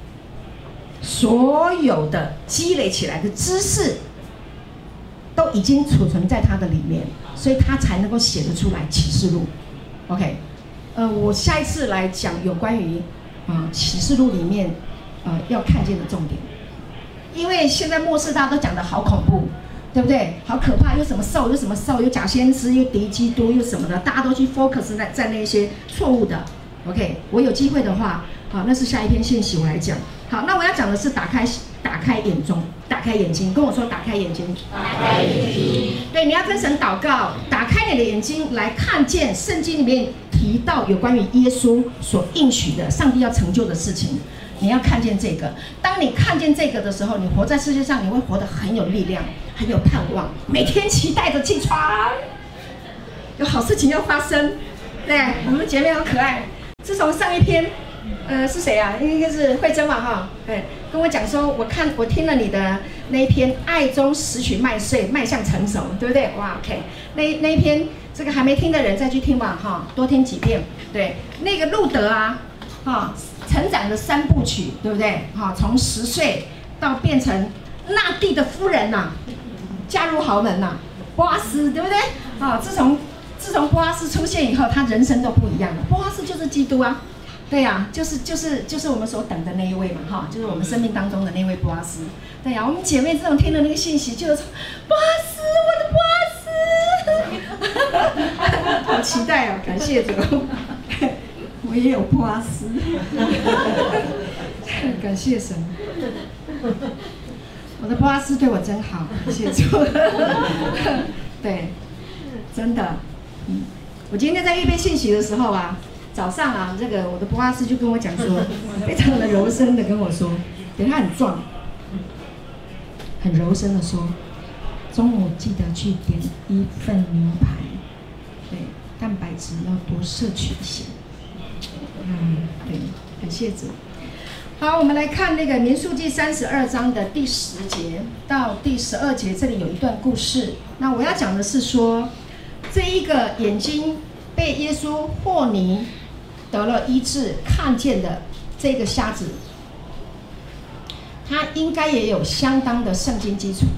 S1: 所有的积累起来的知识，都已经储存在他的里面，所以他才能够写得出来启示录。OK， 我下一次来讲有关于启示录里面要看见的重点。因为现在末世大家都讲得好恐怖，对不对？好可怕，有什么兽，有什么兽，有假先知，有敌基督，有什么的，大家都去 focus 在那些错误的。OK， 我有机会的话，那是下一篇信息我来讲。好，那我要讲的是打开眼睛，跟我说打开眼睛。
S2: 打开眼睛。
S1: 对，你要跟神祷告，打开你的眼睛来看见圣经里面提到有关于耶稣所应许的上帝要成就的事情。你要看见这个，当你看见这个的时候，你活在世界上，你会活得很有力量，很有盼望，每天期待着起床，有好事情要发生。对，我们的姐妹好可爱。自从上一篇，是谁啊？应该是慧珍嘛哈，对，跟我讲说，我听了你的那一篇《爱中拾取麦穗，迈向成熟》，对不对？哇 ，OK， 那一篇，这个还没听的人再去听吧哈，多听几遍。对，那个路德啊，成长的3部曲，对不对？从10岁到变成那地的夫人呐，嫁入豪门呐，波阿斯，对不对？自从波阿斯出现以后，他人生都不一样了。波阿斯就是基督啊，对呀，就是我们所等的那一位嘛，哈，就是我们生命当中的那位波阿斯。对呀，我们姐妹这种听了那个信息，就是说波阿斯，我的波阿斯，好期待哦，感谢主。我也有波阿斯，感谢神。我的波阿斯对我真好，感谢主。对，真的。我今天在预备信息的时候啊，早上啊，这个我的波阿斯就跟我讲说，非常的柔声的跟我说，对他很壮，很柔声的说，中午记得去点1份牛排，对，蛋白质要多摄取一些。对，感谢主。好，我们来看那个民数记32章的第10节到第12节，这里有一段故事。那我要讲的是说，这一个眼睛被耶稣霍尼得了医治看见的这个瞎子，他应该也有相当的圣经基础，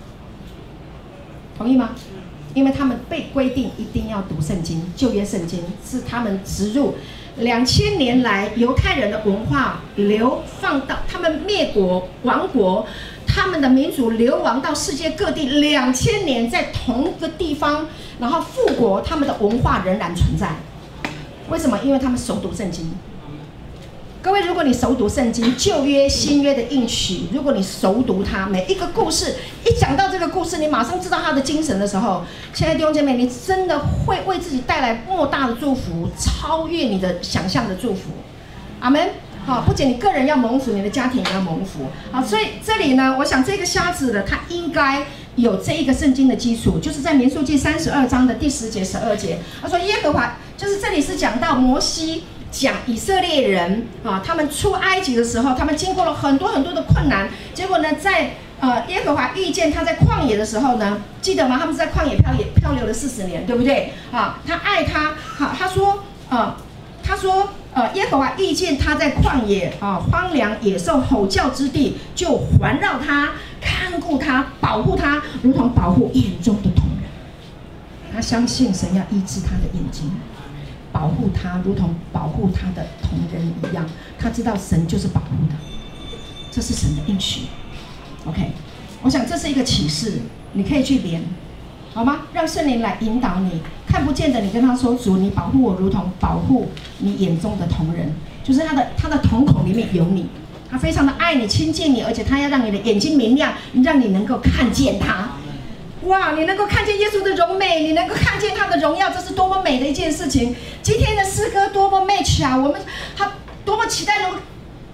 S1: 同意吗？因为他们被规定一定要读圣经，旧约圣经是他们植入2000年来犹太人的文化流放到他们灭国亡国，他们的民族流亡到世界各地2000年，在同一个地方，然后复国，他们的文化仍然存在。为什么？因为他们熟读圣经。各位，如果你熟读圣经，旧约、新约的应许，如果你熟读它，每一个故事，一讲到这个故事，你马上知道它的精神的时候，亲爱的弟兄姐妹，你真的会为自己带来莫大的祝福，超越你的想象的祝福。阿们。好，不仅你个人要蒙福，你的家庭也要蒙福。好，所以这里呢，我想这个瞎子的他应该有这一个圣经的基础，就是在民数记32章的第10节、12节，他说耶和华，就是这里是讲到摩西讲以色列人他们出埃及的时候，他们经过了很多很多的困难，结果呢，在耶和华遇见他在旷野的时候呢，记得吗？他们是在旷野漂流了40年，对不对？他爱他，他说耶和华遇见他在旷野荒凉野兽吼叫之地，就环绕他，看顾他，保护他，如同保护眼中的瞳人。他相信神要医治他的眼睛，保护他，如同保护他的瞳人一样。他知道神就是保护的，这是神的应许。OK， 我想这是一个启示，你可以去连，好吗？让圣灵来引导你。看不见的，你跟他说：“主，你保护我，如同保护你眼中的瞳人。”就是他的瞳孔里面有你，他非常的爱你、亲近你，而且他要让你的眼睛明亮，让你能够看见他。哇，你能够看见耶稣的荣美，你能够看见他的荣耀，这是多么美的一件事情！今天的诗歌多么 match 啊！他多么期待能够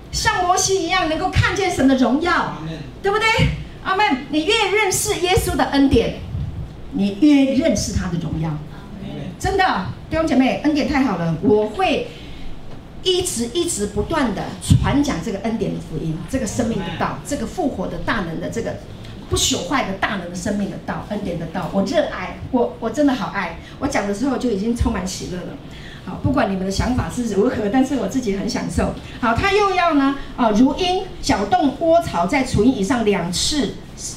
S1: 像摩西一样能够看见神的荣耀，对不对？阿们。你越认识耶稣的恩典，你越认识他的荣耀。真的，弟兄姐妹，恩典太好了，我会一直不断的传讲这个恩典的福音，这个生命的道，这个复活的大能的这个不朽坏的大能的生命的道，恩典的道，我热爱，我真的好爱。我讲的时候就已经充满喜乐了。好，不管你们的想法是如何，但是我自己很享受。好，他又要呢，如鹰搅动窝巢，在雏鹰以上2次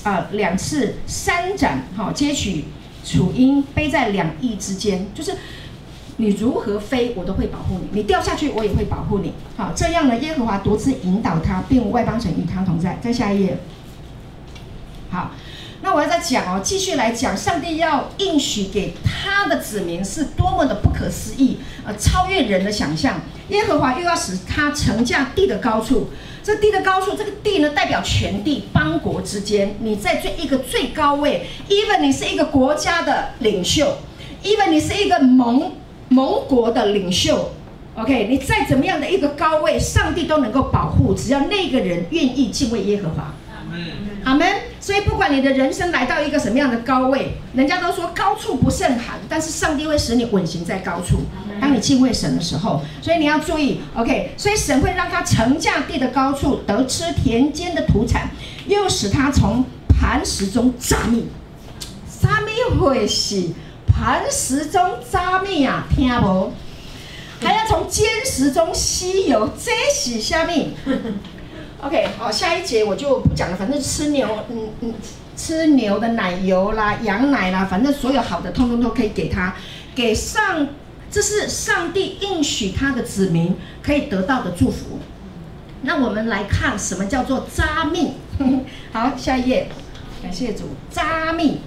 S1: 3斩，好，接取雏鹰，背在2翼之间，就是你如何飞，我都会保护你；你掉下去，我也会保护你。好，这样呢，耶和华独自引导他，并外邦神与他同在。再下一页。好，那我要再讲哦，继续来讲，上帝要应许给他的子民是多么的不可思议，超越人的想象。耶和华又要使他乘驾地的高处，这地的高处，这个地呢代表全地邦国之间，你在一个最高位 ，even 你是一个国家的领袖 ，even 你是一个盟国的领袖 ，OK， 你再怎么样的一个高位，上帝都能够保护，只要那个人愿意敬畏耶和华。阿们。所以不管你的人生来到一个什么样的高位，人家都说高处不胜寒，但是上帝会使你稳行在高处。当你敬畏神的时候，所以你要注意 ，OK。所以神会让他乘驾地的高处，得吃田间的土产，又使他从磐石中扎密。啥物会是磐石中扎密啊？听无？还要从坚石中吸油，这是啥物？OK， 好，下一节我就不讲了，反正吃牛的奶油啦、羊奶啦，反正所有好的通通都可以给他，这是上帝应许他的子民可以得到的祝福。那我们来看什么叫做扎密。好，下一页，感谢主。扎密，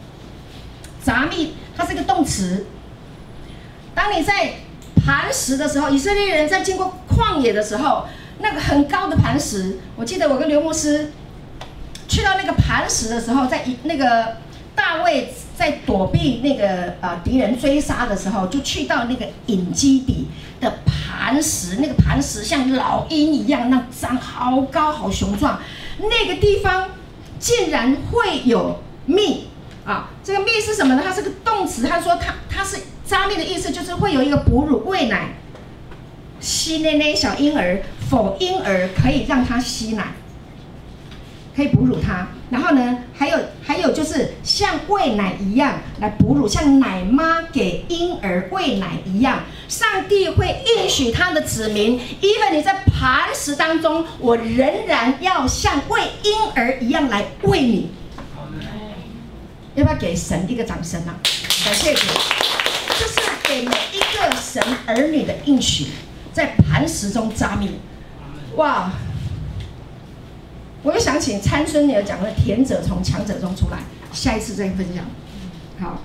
S1: 它是个动词。当你在磐石的时候，以色列人在经过旷野的时候。那个很高的磐石，我记得我跟刘牧师去到那个磐石的时候，在那个大卫在躲避那个敌人追杀的时候，就去到那个隐基底的磐石，那个磐石像老鹰一样，那长好高好雄壮，那个地方竟然会有蜜啊！这个蜜是什么呢？它是个动词，他说它是扎蜜的意思，就是会有一个哺乳喂奶。吸奶奶小婴儿，否婴儿可以让他吸奶，可以哺乳他。然后呢，还有就是像喂奶一样来哺乳，像奶妈给婴儿喂奶一样。上帝会应许他的子民 ，even 你在磐石当中，我仍然要像喂婴儿一样来喂你。要不要给神一个掌声啊？感谢主，这是给每一个神儿女的应许。在磐石中扎密，哇！我又想起参孙有讲的“田者从强者中出来”，下一次再分享。好，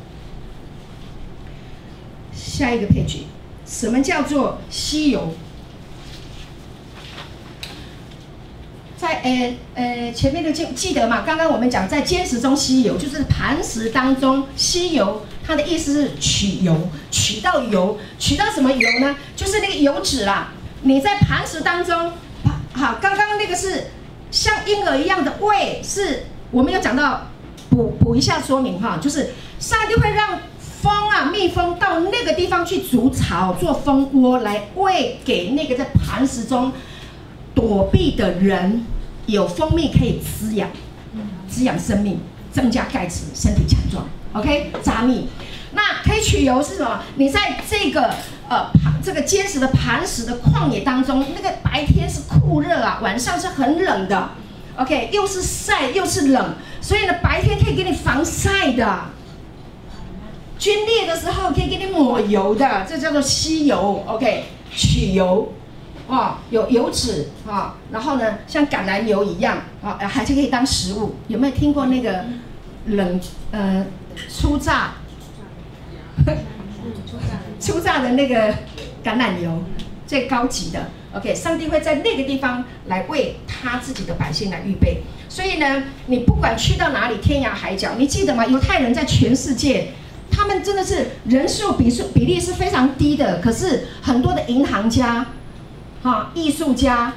S1: 下一个配句，什么叫做吸油？在前面的记得嘛？刚刚我们讲在坚石中吸油，就是磐石当中吸油。它的意思是取油，取到油，取到什么油呢？就是那个油脂啦。你在磐石当中，好，刚刚那个是像婴儿一样的喂，是我们有讲到补一下说明哈，就是上帝会让蜜蜂到那个地方去筑巢，做蜂窝来喂给那个在磐石中躲避的人，有蜂蜜可以滋养生命，增加钙质，身体强壮。OK， 扎密，那可以取油是什么？你在这个坚实的磐石的旷野当中，那个白天是酷热啊，晚上是很冷的。OK， 又是晒又是冷，所以呢，白天可以给你防晒的。皲裂的时候可以给你抹油的，这叫做吸油。OK， 取油，有油脂啊，然后呢，像橄榄油一样啊，还是可以当食物。有没有听过那个初榨的那个橄榄油，最高级的。OK， 上帝会在那个地方来为他自己的百姓来预备。所以呢，你不管去到哪里，天涯海角，你记得吗？犹太人在全世界，他们真的是人数比例是非常低的，可是很多的银行家、艺术家、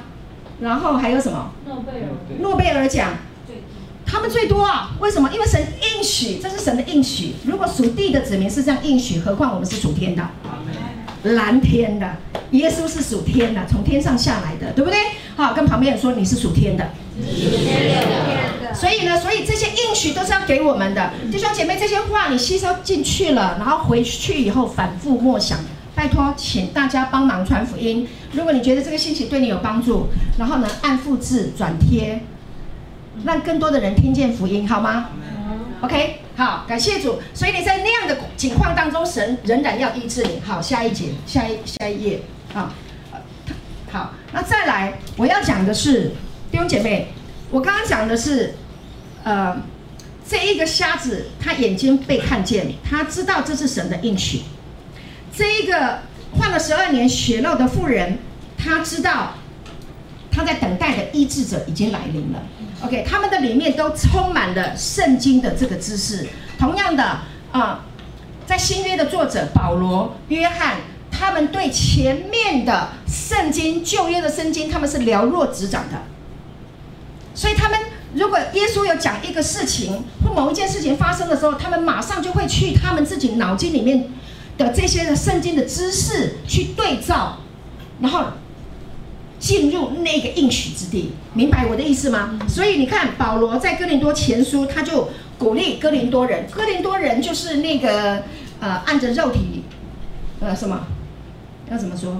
S1: 然后还有什么？诺贝尔奖。他们最多啊？为什么？因为神应许，这是神的应许。如果属地的子民是这样应许，何况我们是属天的，蓝天的。耶稣是属天的，从天上下来的，对不对？好，跟旁边人说你是属天的。所以呢，所以这些应许都是要给我们的，弟兄姐妹，这些话你吸收进去了，然后回去以后反复默想。拜托，请大家帮忙传福音。如果你觉得这个信息对你有帮助，然后呢，按复制转贴。让更多的人听见福音，好吗 ？OK， 好，感谢主。所以你在那样的情况当中，神仍然要医治你。好，下一节，下一页啊。好，那再来，我要讲的是弟兄姐妹，我刚刚讲的是，这一个瞎子他眼睛被看见，他知道这是神的应许。这一个患了12年血漏的妇人，他知道他在等待的医治者已经来临了。OK， 他们的里面都充满了圣经的这个知识。同样的在新约的作者保罗、约翰，他们对前面的圣经、旧约的圣经，他们是了若指掌的。所以他们如果耶稣有讲一个事情或某一件事情发生的时候，他们马上就会去他们自己脑筋里面的这些的圣经的知识去对照，然后进入那个应许之地，明白我的意思吗？所以你看，保罗在哥林多前书，他就鼓励哥林多人。哥林多人就是那个按着肉体，什么？要怎么说？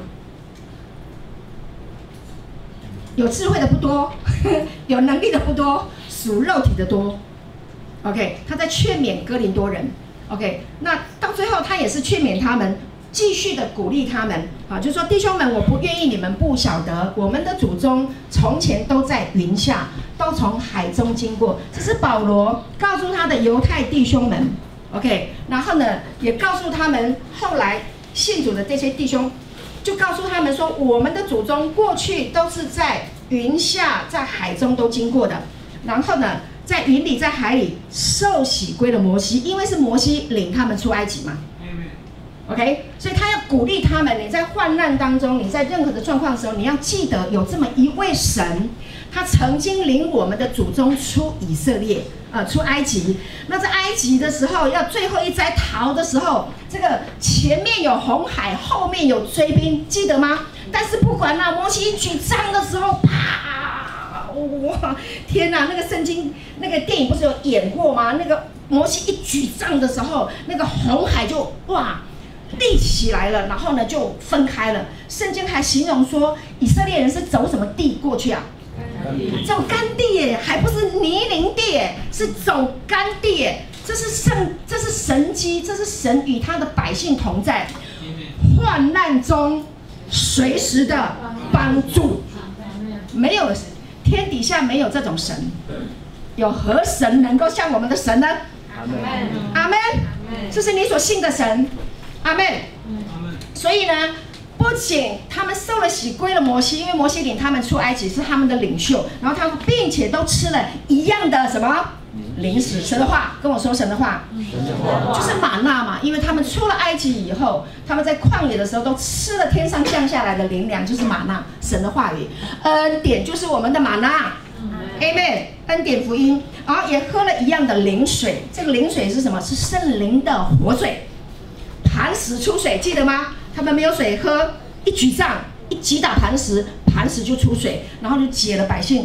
S1: 有智慧的不多，有能力的不多，属肉体的多。OK， 他在劝勉哥林多人。OK， 那到最后他也是劝勉他们。继续的鼓励他们，就说弟兄们，我不愿意你们不晓得，我们的祖宗从前都在云下，都从海中经过。这是保罗告诉他的犹太弟兄们 ，OK， 然后呢，也告诉他们后来信主的这些弟兄，就告诉他们说，我们的祖宗过去都是在云下，在海中都经过的，然后呢，在云里，在海里受洗归了摩西，因为是摩西领他们出埃及嘛。OK， 所以他要鼓励他们，你在患难当中，你在任何的状况的时候，你要记得有这么一位神，他曾经领我们的祖宗出以色列，出埃及。那在埃及的时候，要最后一灾逃的时候，这个前面有红海，后面有追兵，记得吗？但是不管摩西一举杖的时候，啪！哇，天哪！那个圣经那个电影不是有演过吗？那个摩西一举杖的时候，那个红海就哇！立起来了，然后呢就分开了。圣经还形容说，以色列人是走什么地过去啊？走干地耶，还不是泥泞地耶，是走干地耶。这是神迹，这是神与他的百姓同在，患难中随时的帮助。没有天底下没有这种神，有何神能够像我们的神呢？阿们。这是你所信的神。阿们。所以呢，不仅他们受了洗归了摩西，因为摩西领他们出埃及是他们的领袖，然后他们并且都吃了一样的什么零食？神的话，跟我说神的话，就是玛纳嘛。因为他们出了埃及以后，他们在旷野的时候都吃了天上降下来的灵粮，就是玛纳，神的话语。恩典就是我们的玛纳。Amen， 恩典福音，然后也喝了一样的灵水。这个灵水是什么？是圣灵的活水。磐石出水，记得吗？他们没有水喝，一举杖一击打磐石，磐石就出水，然后就解了百姓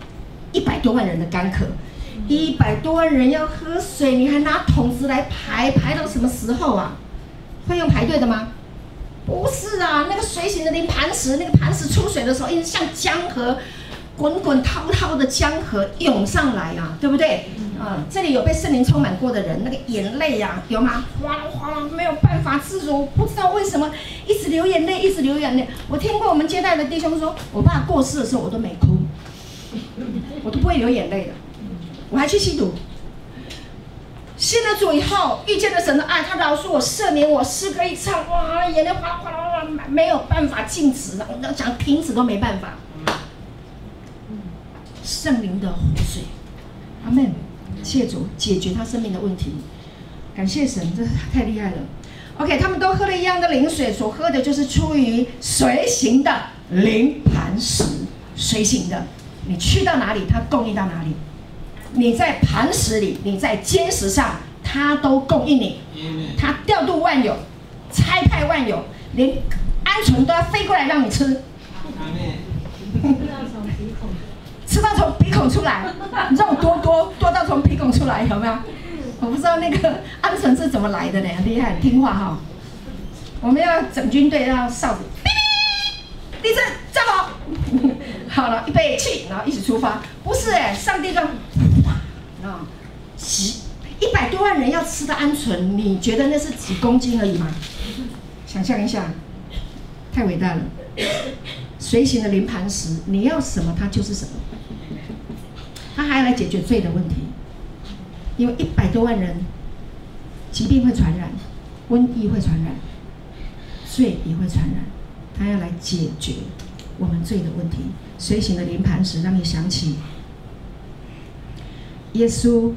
S1: 100多万人的干渴。100多万人要喝水，你还拿桶子来排到什么时候啊？会用排队的吗？不是啊，那个水行的灵磐石，那个磐石出水的时候，一直像江河。滚滚滔滔的江河涌上来啊，对不对？这里有被圣灵充满过的人，那个眼泪啊，有吗？哗啦哗啦，没有办法自如，不知道为什么一直流眼泪，一直流眼泪。我听过我们接待的弟兄说，我爸过世的时候我都没哭，我都不会流眼泪的，我还去吸毒。信了主以后，遇见了神的爱，他饶恕我、赦免我，诗歌一唱，哇，眼泪哗啦哗啦哗啦，没有办法静止，我要讲停止都没办法。圣灵的活水，阿们，谢主解决他生命的问题，感谢神，这太厉害了。OK， 他们都喝了一样的灵水，所喝的就是出于随行的灵磐石。 随行的，你去到哪里，他供应到哪里。你在磐石里，你在坚石上，他都供应你。他调度万有，差派万有，连鹌鹑都要飞过来让你吃。吃到从鼻孔出来，你知道多到从鼻孔出来有没有？我不知道那个鹌鹑是怎么来的呢？厉害，听话哈。我们要整军队，要哨子，立正，站好。好了，预备起，然后一起出发。不是上帝让100多万人要吃的鹌鹑，你觉得那是几公斤而已吗？想象一下，太伟大了。随行的灵磐石，你要什么，它就是什么。他还要来解决罪的问题，因为100多万人，疾病会传染，瘟疫会传染，罪也会传染。他要来解决我们罪的问题。随行的灵磐石，让你想起耶稣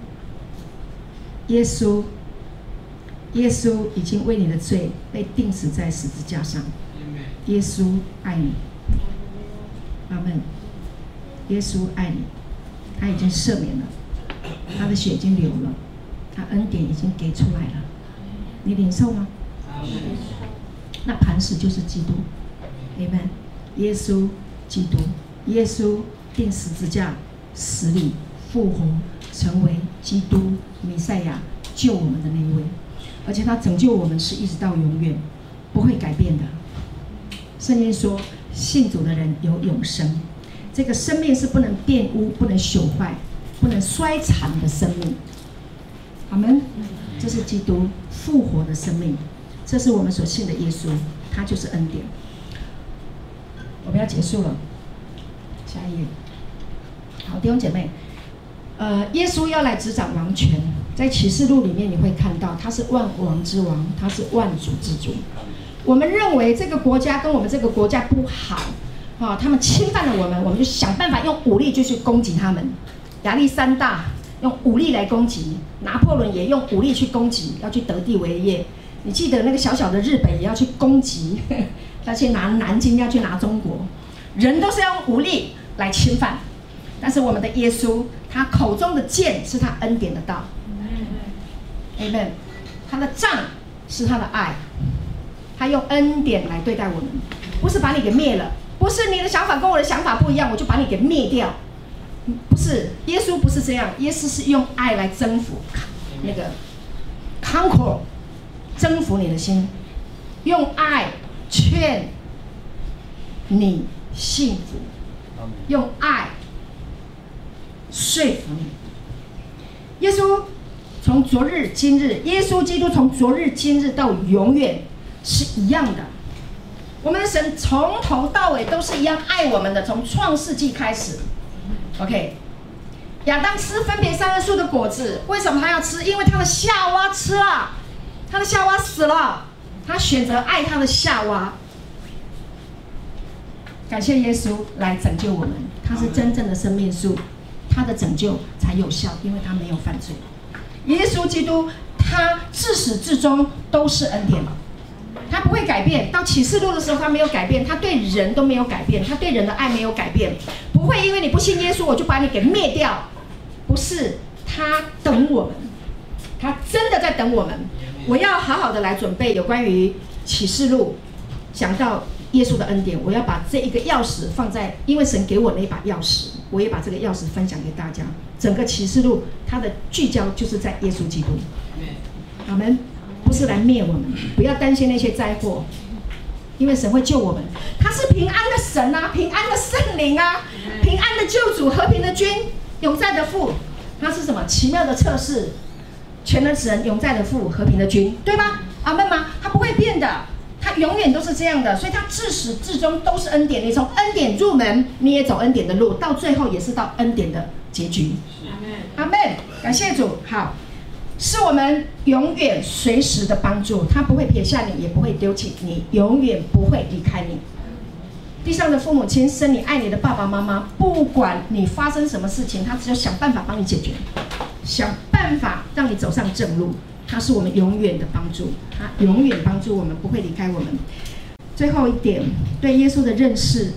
S1: 已经为你的罪被钉死在十字架上。耶稣爱你，阿们。耶稣爱你，他已经赦免了，他的血已经流了，他恩典已经给出来了，你领受吗？那磐石就是基督，阿们。耶稣基督，耶稣钉十字架，死里复活，成为基督弥赛亚，救我们的那一位，而且他拯救我们是一直到永远，不会改变的。圣经说，信主的人有永生，这个生命是不能玷污、不能朽坏、不能衰残的生命。阿们。这是基督复活的生命，这是我们所信的耶稣，他就是恩典。我们要结束了，下一页。好，弟兄姐妹，耶稣要来执掌王权，在启示录里面你会看到，他是万王之王，他是万主之主。我们认为这个国家跟我们这个国家不好，他们侵犯了我们，我们就想办法用武力就去攻击他们。亚历山大用武力来攻击，拿破仑也用武力去攻击，要去得地为业。你记得那个小小的日本也要去攻击，要去拿南京，要去拿中国，人都是要用武力来侵犯。但是我们的耶稣，他口中的剑是他恩典的道 ，Amen。他的杖是他的爱，他用恩典来对待我们，不是把你给灭了，不是你的想法跟我的想法不一样，我就把你给灭掉。不是，耶稣不是这样，耶稣是用爱来征服，那个 conquer， 征服你的心，用爱劝你幸福，用爱说服你。耶稣从昨日今日，耶稣基督从昨日今日到永远是一样的。我们的神从头到尾都是一样爱我们的，从创世纪开始。OK， 亚当吃分别善恶树的果子，为什么他要吃？因为他的夏娃吃了，他的夏娃死了，他选择爱他的夏娃。感谢耶稣来拯救我们，他是真正的生命树，他的拯救才有效，因为他没有犯罪。耶稣基督，他自始至终都是恩典，他不会改变。到启示录的时候，他没有改变，他对人都没有改变，他对人的爱没有改变。不会因为你不信耶稣，我就把你给灭掉。不是，他等我们，他真的在等我们。我要好好的来准备有关于启示录，想到耶稣的恩典，我要把这一个钥匙放在，因为神给我那一把钥匙，我也把这个钥匙分享给大家。整个启示录，它的聚焦就是在耶稣基督。阿们。不是来灭我们，不要担心那些灾祸，因为神会救我们。他是平安的神啊，平安的圣灵啊，平安的救主，和平的君，永在的父。他是什么？奇妙的测试，全能神，永在的父，和平的君，对吗？阿们吗？他不会变的，他永远都是这样的，所以他自始至终都是恩典。你从恩典入门，你也走恩典的路，到最后也是到恩典的结局。阿们，感谢主。好。是我们永远随时的帮助，他不会撇下你，也不会丢弃你，永远不会离开你。地上的父母亲生你爱你的爸爸妈妈，不管你发生什么事情，他只有想办法帮你解决，想办法让你走上正路。他是我们永远的帮助，他永远帮助我们，不会离开我们。最后一点，对耶稣的认识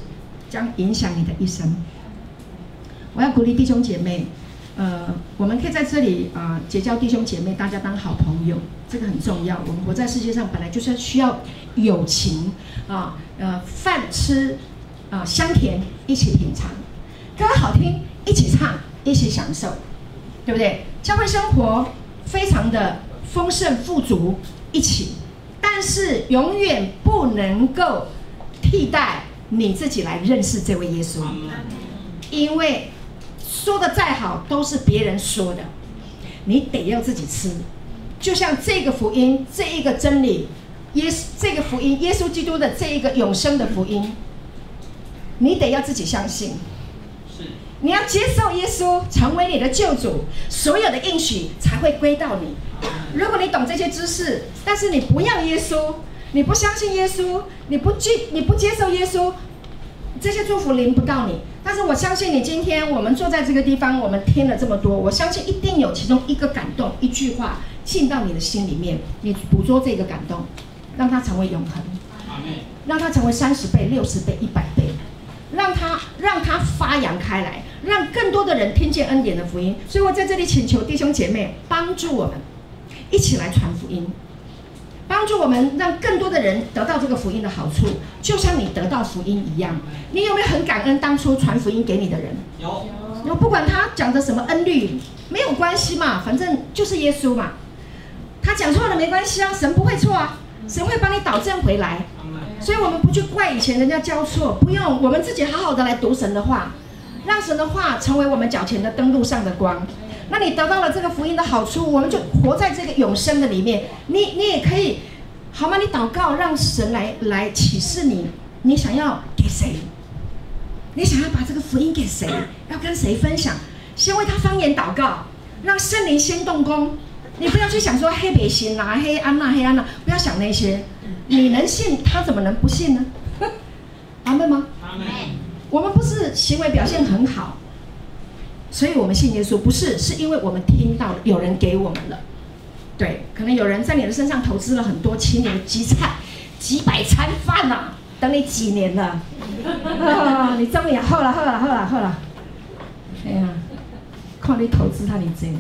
S1: 将影响你的一生。我要鼓励弟兄姐妹，我们可以在这里结交弟兄姐妹，大家当好朋友，这个很重要。我们活在世界上本来就是需要友情饭吃香甜一起品尝，歌好听一起唱一起享受，对不对？教会生活非常的丰盛富足，一起，但是永远不能够替代你自己来认识这位耶稣，因为说的再好都是别人说的，你得要自己吃。就像这个福音，这一个真理，这个福音，耶稣基督的这一个永生的福音，你得要自己相信。你要接受耶稣成为你的救主，所有的应许才会归到你。如果你懂这些知识，但是你不要耶稣，你不相信耶稣，你不接受耶稣，这些祝福临不到你。但是我相信你，今天我们坐在这个地方，我们听了这么多，我相信一定有其中一个感动，一句话进到你的心里面，你捕捉这个感动，让它成为永恒，让它成为30倍、60倍、100倍，让它发扬开来，让更多的人听见恩典的福音。所以我在这里请求弟兄姐妹帮助我们一起来传福音，帮助我们让更多的人得到这个福音的好处，就像你得到福音一样。你有没有很感恩当初传福音给你的人？有。不管他讲的什么恩律，没有关系嘛，反正就是耶稣嘛。他讲错了没关系啊，神不会错啊，神会帮你导正回来。所以我们不去怪以前人家教错，不用，我们自己好好的来读神的话，让神的话成为我们脚前的灯路上的光。那你得到了这个福音的好处，我们就活在这个永生的里面。你也可以，好吗？你祷告，让神来启示你，你想要给谁？你想要把这个福音给谁？要跟谁分享？先为他方言祷告，让圣灵先动工。你不要去想说黑北行啊、黑安娜、黑安娜，不要想那些。你能信，他怎么能不信呢？阿们吗？阿们。我们不是行为表现很好，所以我们信耶稣，不是，是因为我们听到有人给我们了。对，可能有人在你的身上投资了很多，请你的几菜、几百餐饭啊，等你几年了。你终于好了。哎呀，看你投资他，你这。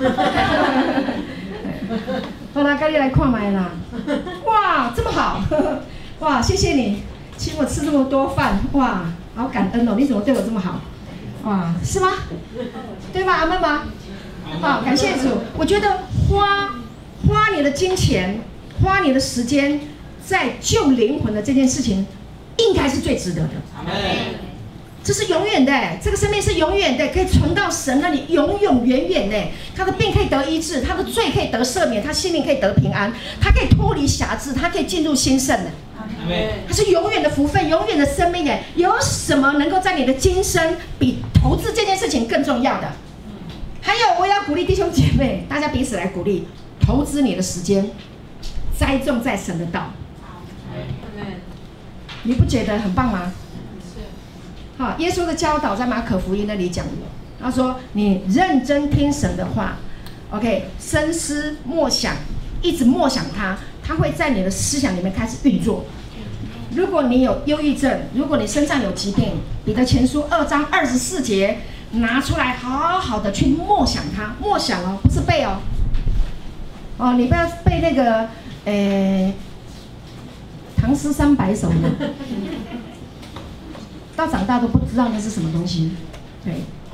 S1: 好啦，赶紧来看麦啦！哇，这么好，哇，谢谢你请我吃这么多饭，哇，好感恩哦！你怎么对我这么好？哇，是吗？对吧，阿妹吗？好，感谢主。我觉得花你的金钱，花你的时间在救灵魂的这件事情，应该是最值得的。这是永远的，这个生命是永远的，可以存到神那里，永永远远的。他的病可以得医治，他的罪可以得赦免，他心灵可以得平安，他可以脱离辖制，他可以进入兴盛的。他是永远的福分，永远的生命哎。有什么能够在你的今生比投资这件事情更重要的？还有，我也要鼓励弟兄姐妹，大家彼此来鼓励，投资你的时间，栽种在神的道。你不觉得很棒吗？好，耶稣的教导在马可福音那里讲的，他说你认真听神的话 ，OK， 深思默想，一直默想它，它会在你的思想里面开始运作。如果你有忧郁症，如果你身上有疾病，彼得前书2章24节拿出来，好好的去默想它，默想哦，不是背哦。哦，你不要背那个唐诗300首的。到长大都不知道那是什么东西，对。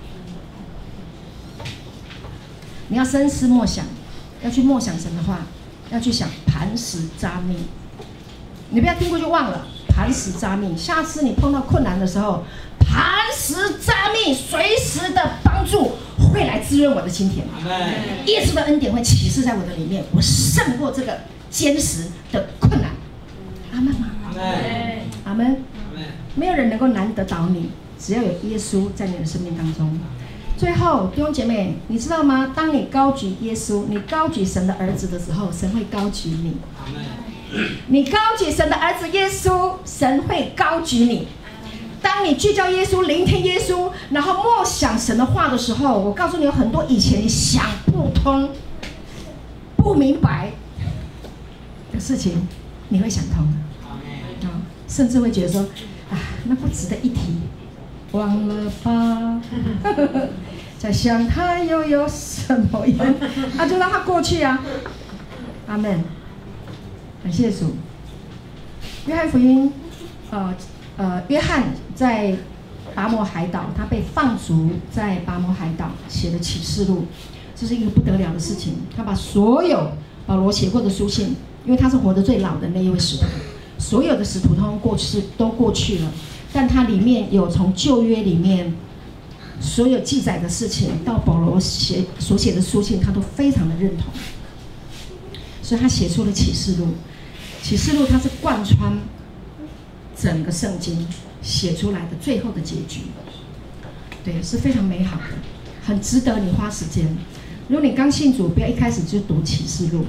S1: 你要深思默想，要去默想神的话，要去想磐石扎密。你不要听过就忘了，磐石扎密。下次你碰到困难的时候，磐石扎密，随时的帮助会来滋润我的心田。耶稣的恩典会启示在我的里面，我胜过这个坚实的困难。阿们吗？阿们。没有人能够难得倒你，只要有耶稣在你的生命当中。最后，弟兄姐妹，你知道吗？当你高举耶稣，你高举神的儿子的时候，神会高举你。你高举神的儿子耶稣，神会高举你。当你聚焦耶稣，聆听耶稣，然后默想神的话的时候，我告诉你，有很多以前你想不通、不明白的事情，你会想通。甚至会觉得说， 啊，那不值得一提，忘了吧。在想他又有什么用？就让他过去啊。阿们，感谢主。约翰福音，约翰在拔摩海岛，他被放逐在拔摩海岛，写的启示录，这是一个不得了的事情。他把所有保罗写过的书信，因为他是活得最老的那一位使徒，所有的使徒通都过去了，但他里面有从旧约里面所有记载的事情，到保罗所写的书信，他都非常的认同，所以他写出了启示录。启示录它是贯穿整个圣经写出来的最后的结局，对，是非常美好的，很值得你花时间。如果你刚信主，不要一开始就读启示录，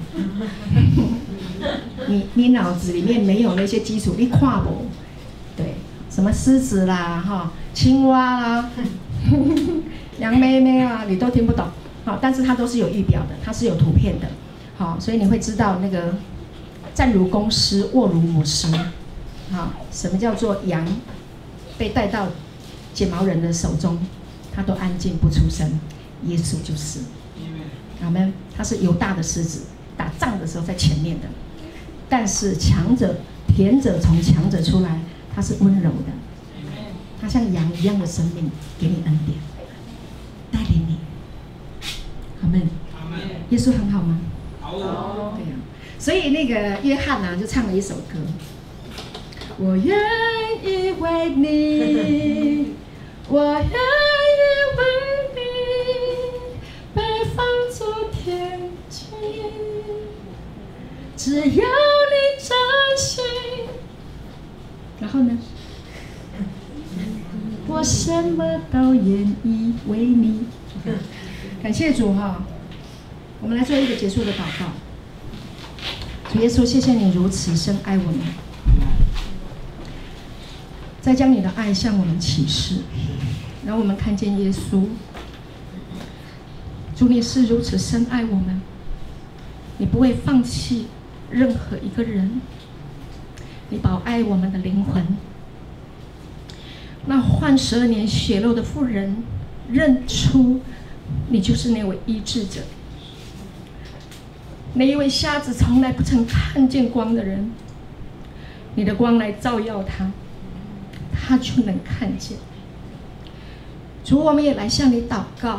S1: 你脑子里面没有那些基础，你看不，对，什么狮子啦、青蛙啦、羊妹妹啊，你都听不懂。好，但是它都是有预表的，它是有图片的，好，所以你会知道那个站如公狮，卧如母狮。好，什么叫做羊被带到剪毛人的手中，他都安静不出声？耶稣就是，阿们。他是犹大的狮子，打仗的时候在前面的，但是强者、田者从强者出来，他是温柔的，他像羊一样的生命，给你恩典，带领你，阿们。耶稣很好吗？好。对呀，所以那个约翰啊，就唱了一首歌。我愿意为你，我愿意为你被放逐天际，只要你真心。然后呢？我什么都愿意为你。感谢主哈，我们来做一个结束的祷告。主耶稣，谢谢你如此深爱我们。再将你的爱向我们启示，让我们看见耶稣。主，你是如此深爱我们，你不会放弃任何一个人，你保爱我们的灵魂。那患12年血漏的妇人认出你就是那位医治者，那一位瞎子从来不曾看见光的人，你的光来照耀他，他就能看见。主，我们也来向你祷告，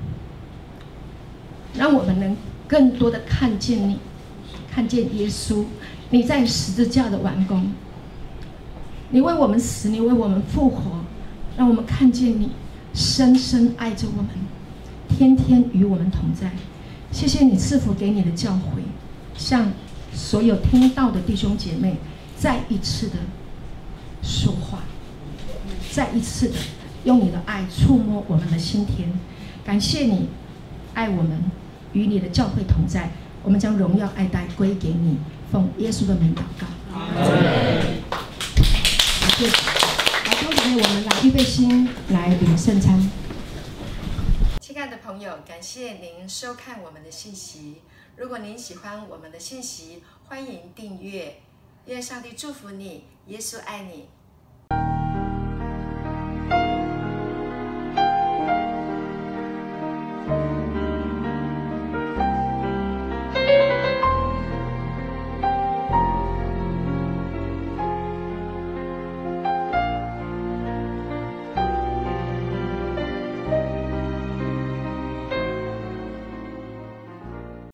S1: 让我们能更多的看见你，看见耶稣，你在十字架的完工，你为我们死，你为我们复活，让我们看见你深深爱着我们，天天与我们同在。谢谢你赐福给你的教诲，向所有听到的弟兄姐妹再一次的说话，再一次的用你的爱触摸我们的心田。感谢你爱我们，与你的教会同在，我们将荣耀爱戴归给你，奉耶稣的名祷告。谢谢。好，弟兄姐妹，我们来预备心，来领圣餐。亲爱的朋友，感谢您收看我们的信息。如果您喜欢我们的信息，欢迎订阅。愿上帝祝福你，耶稣爱你。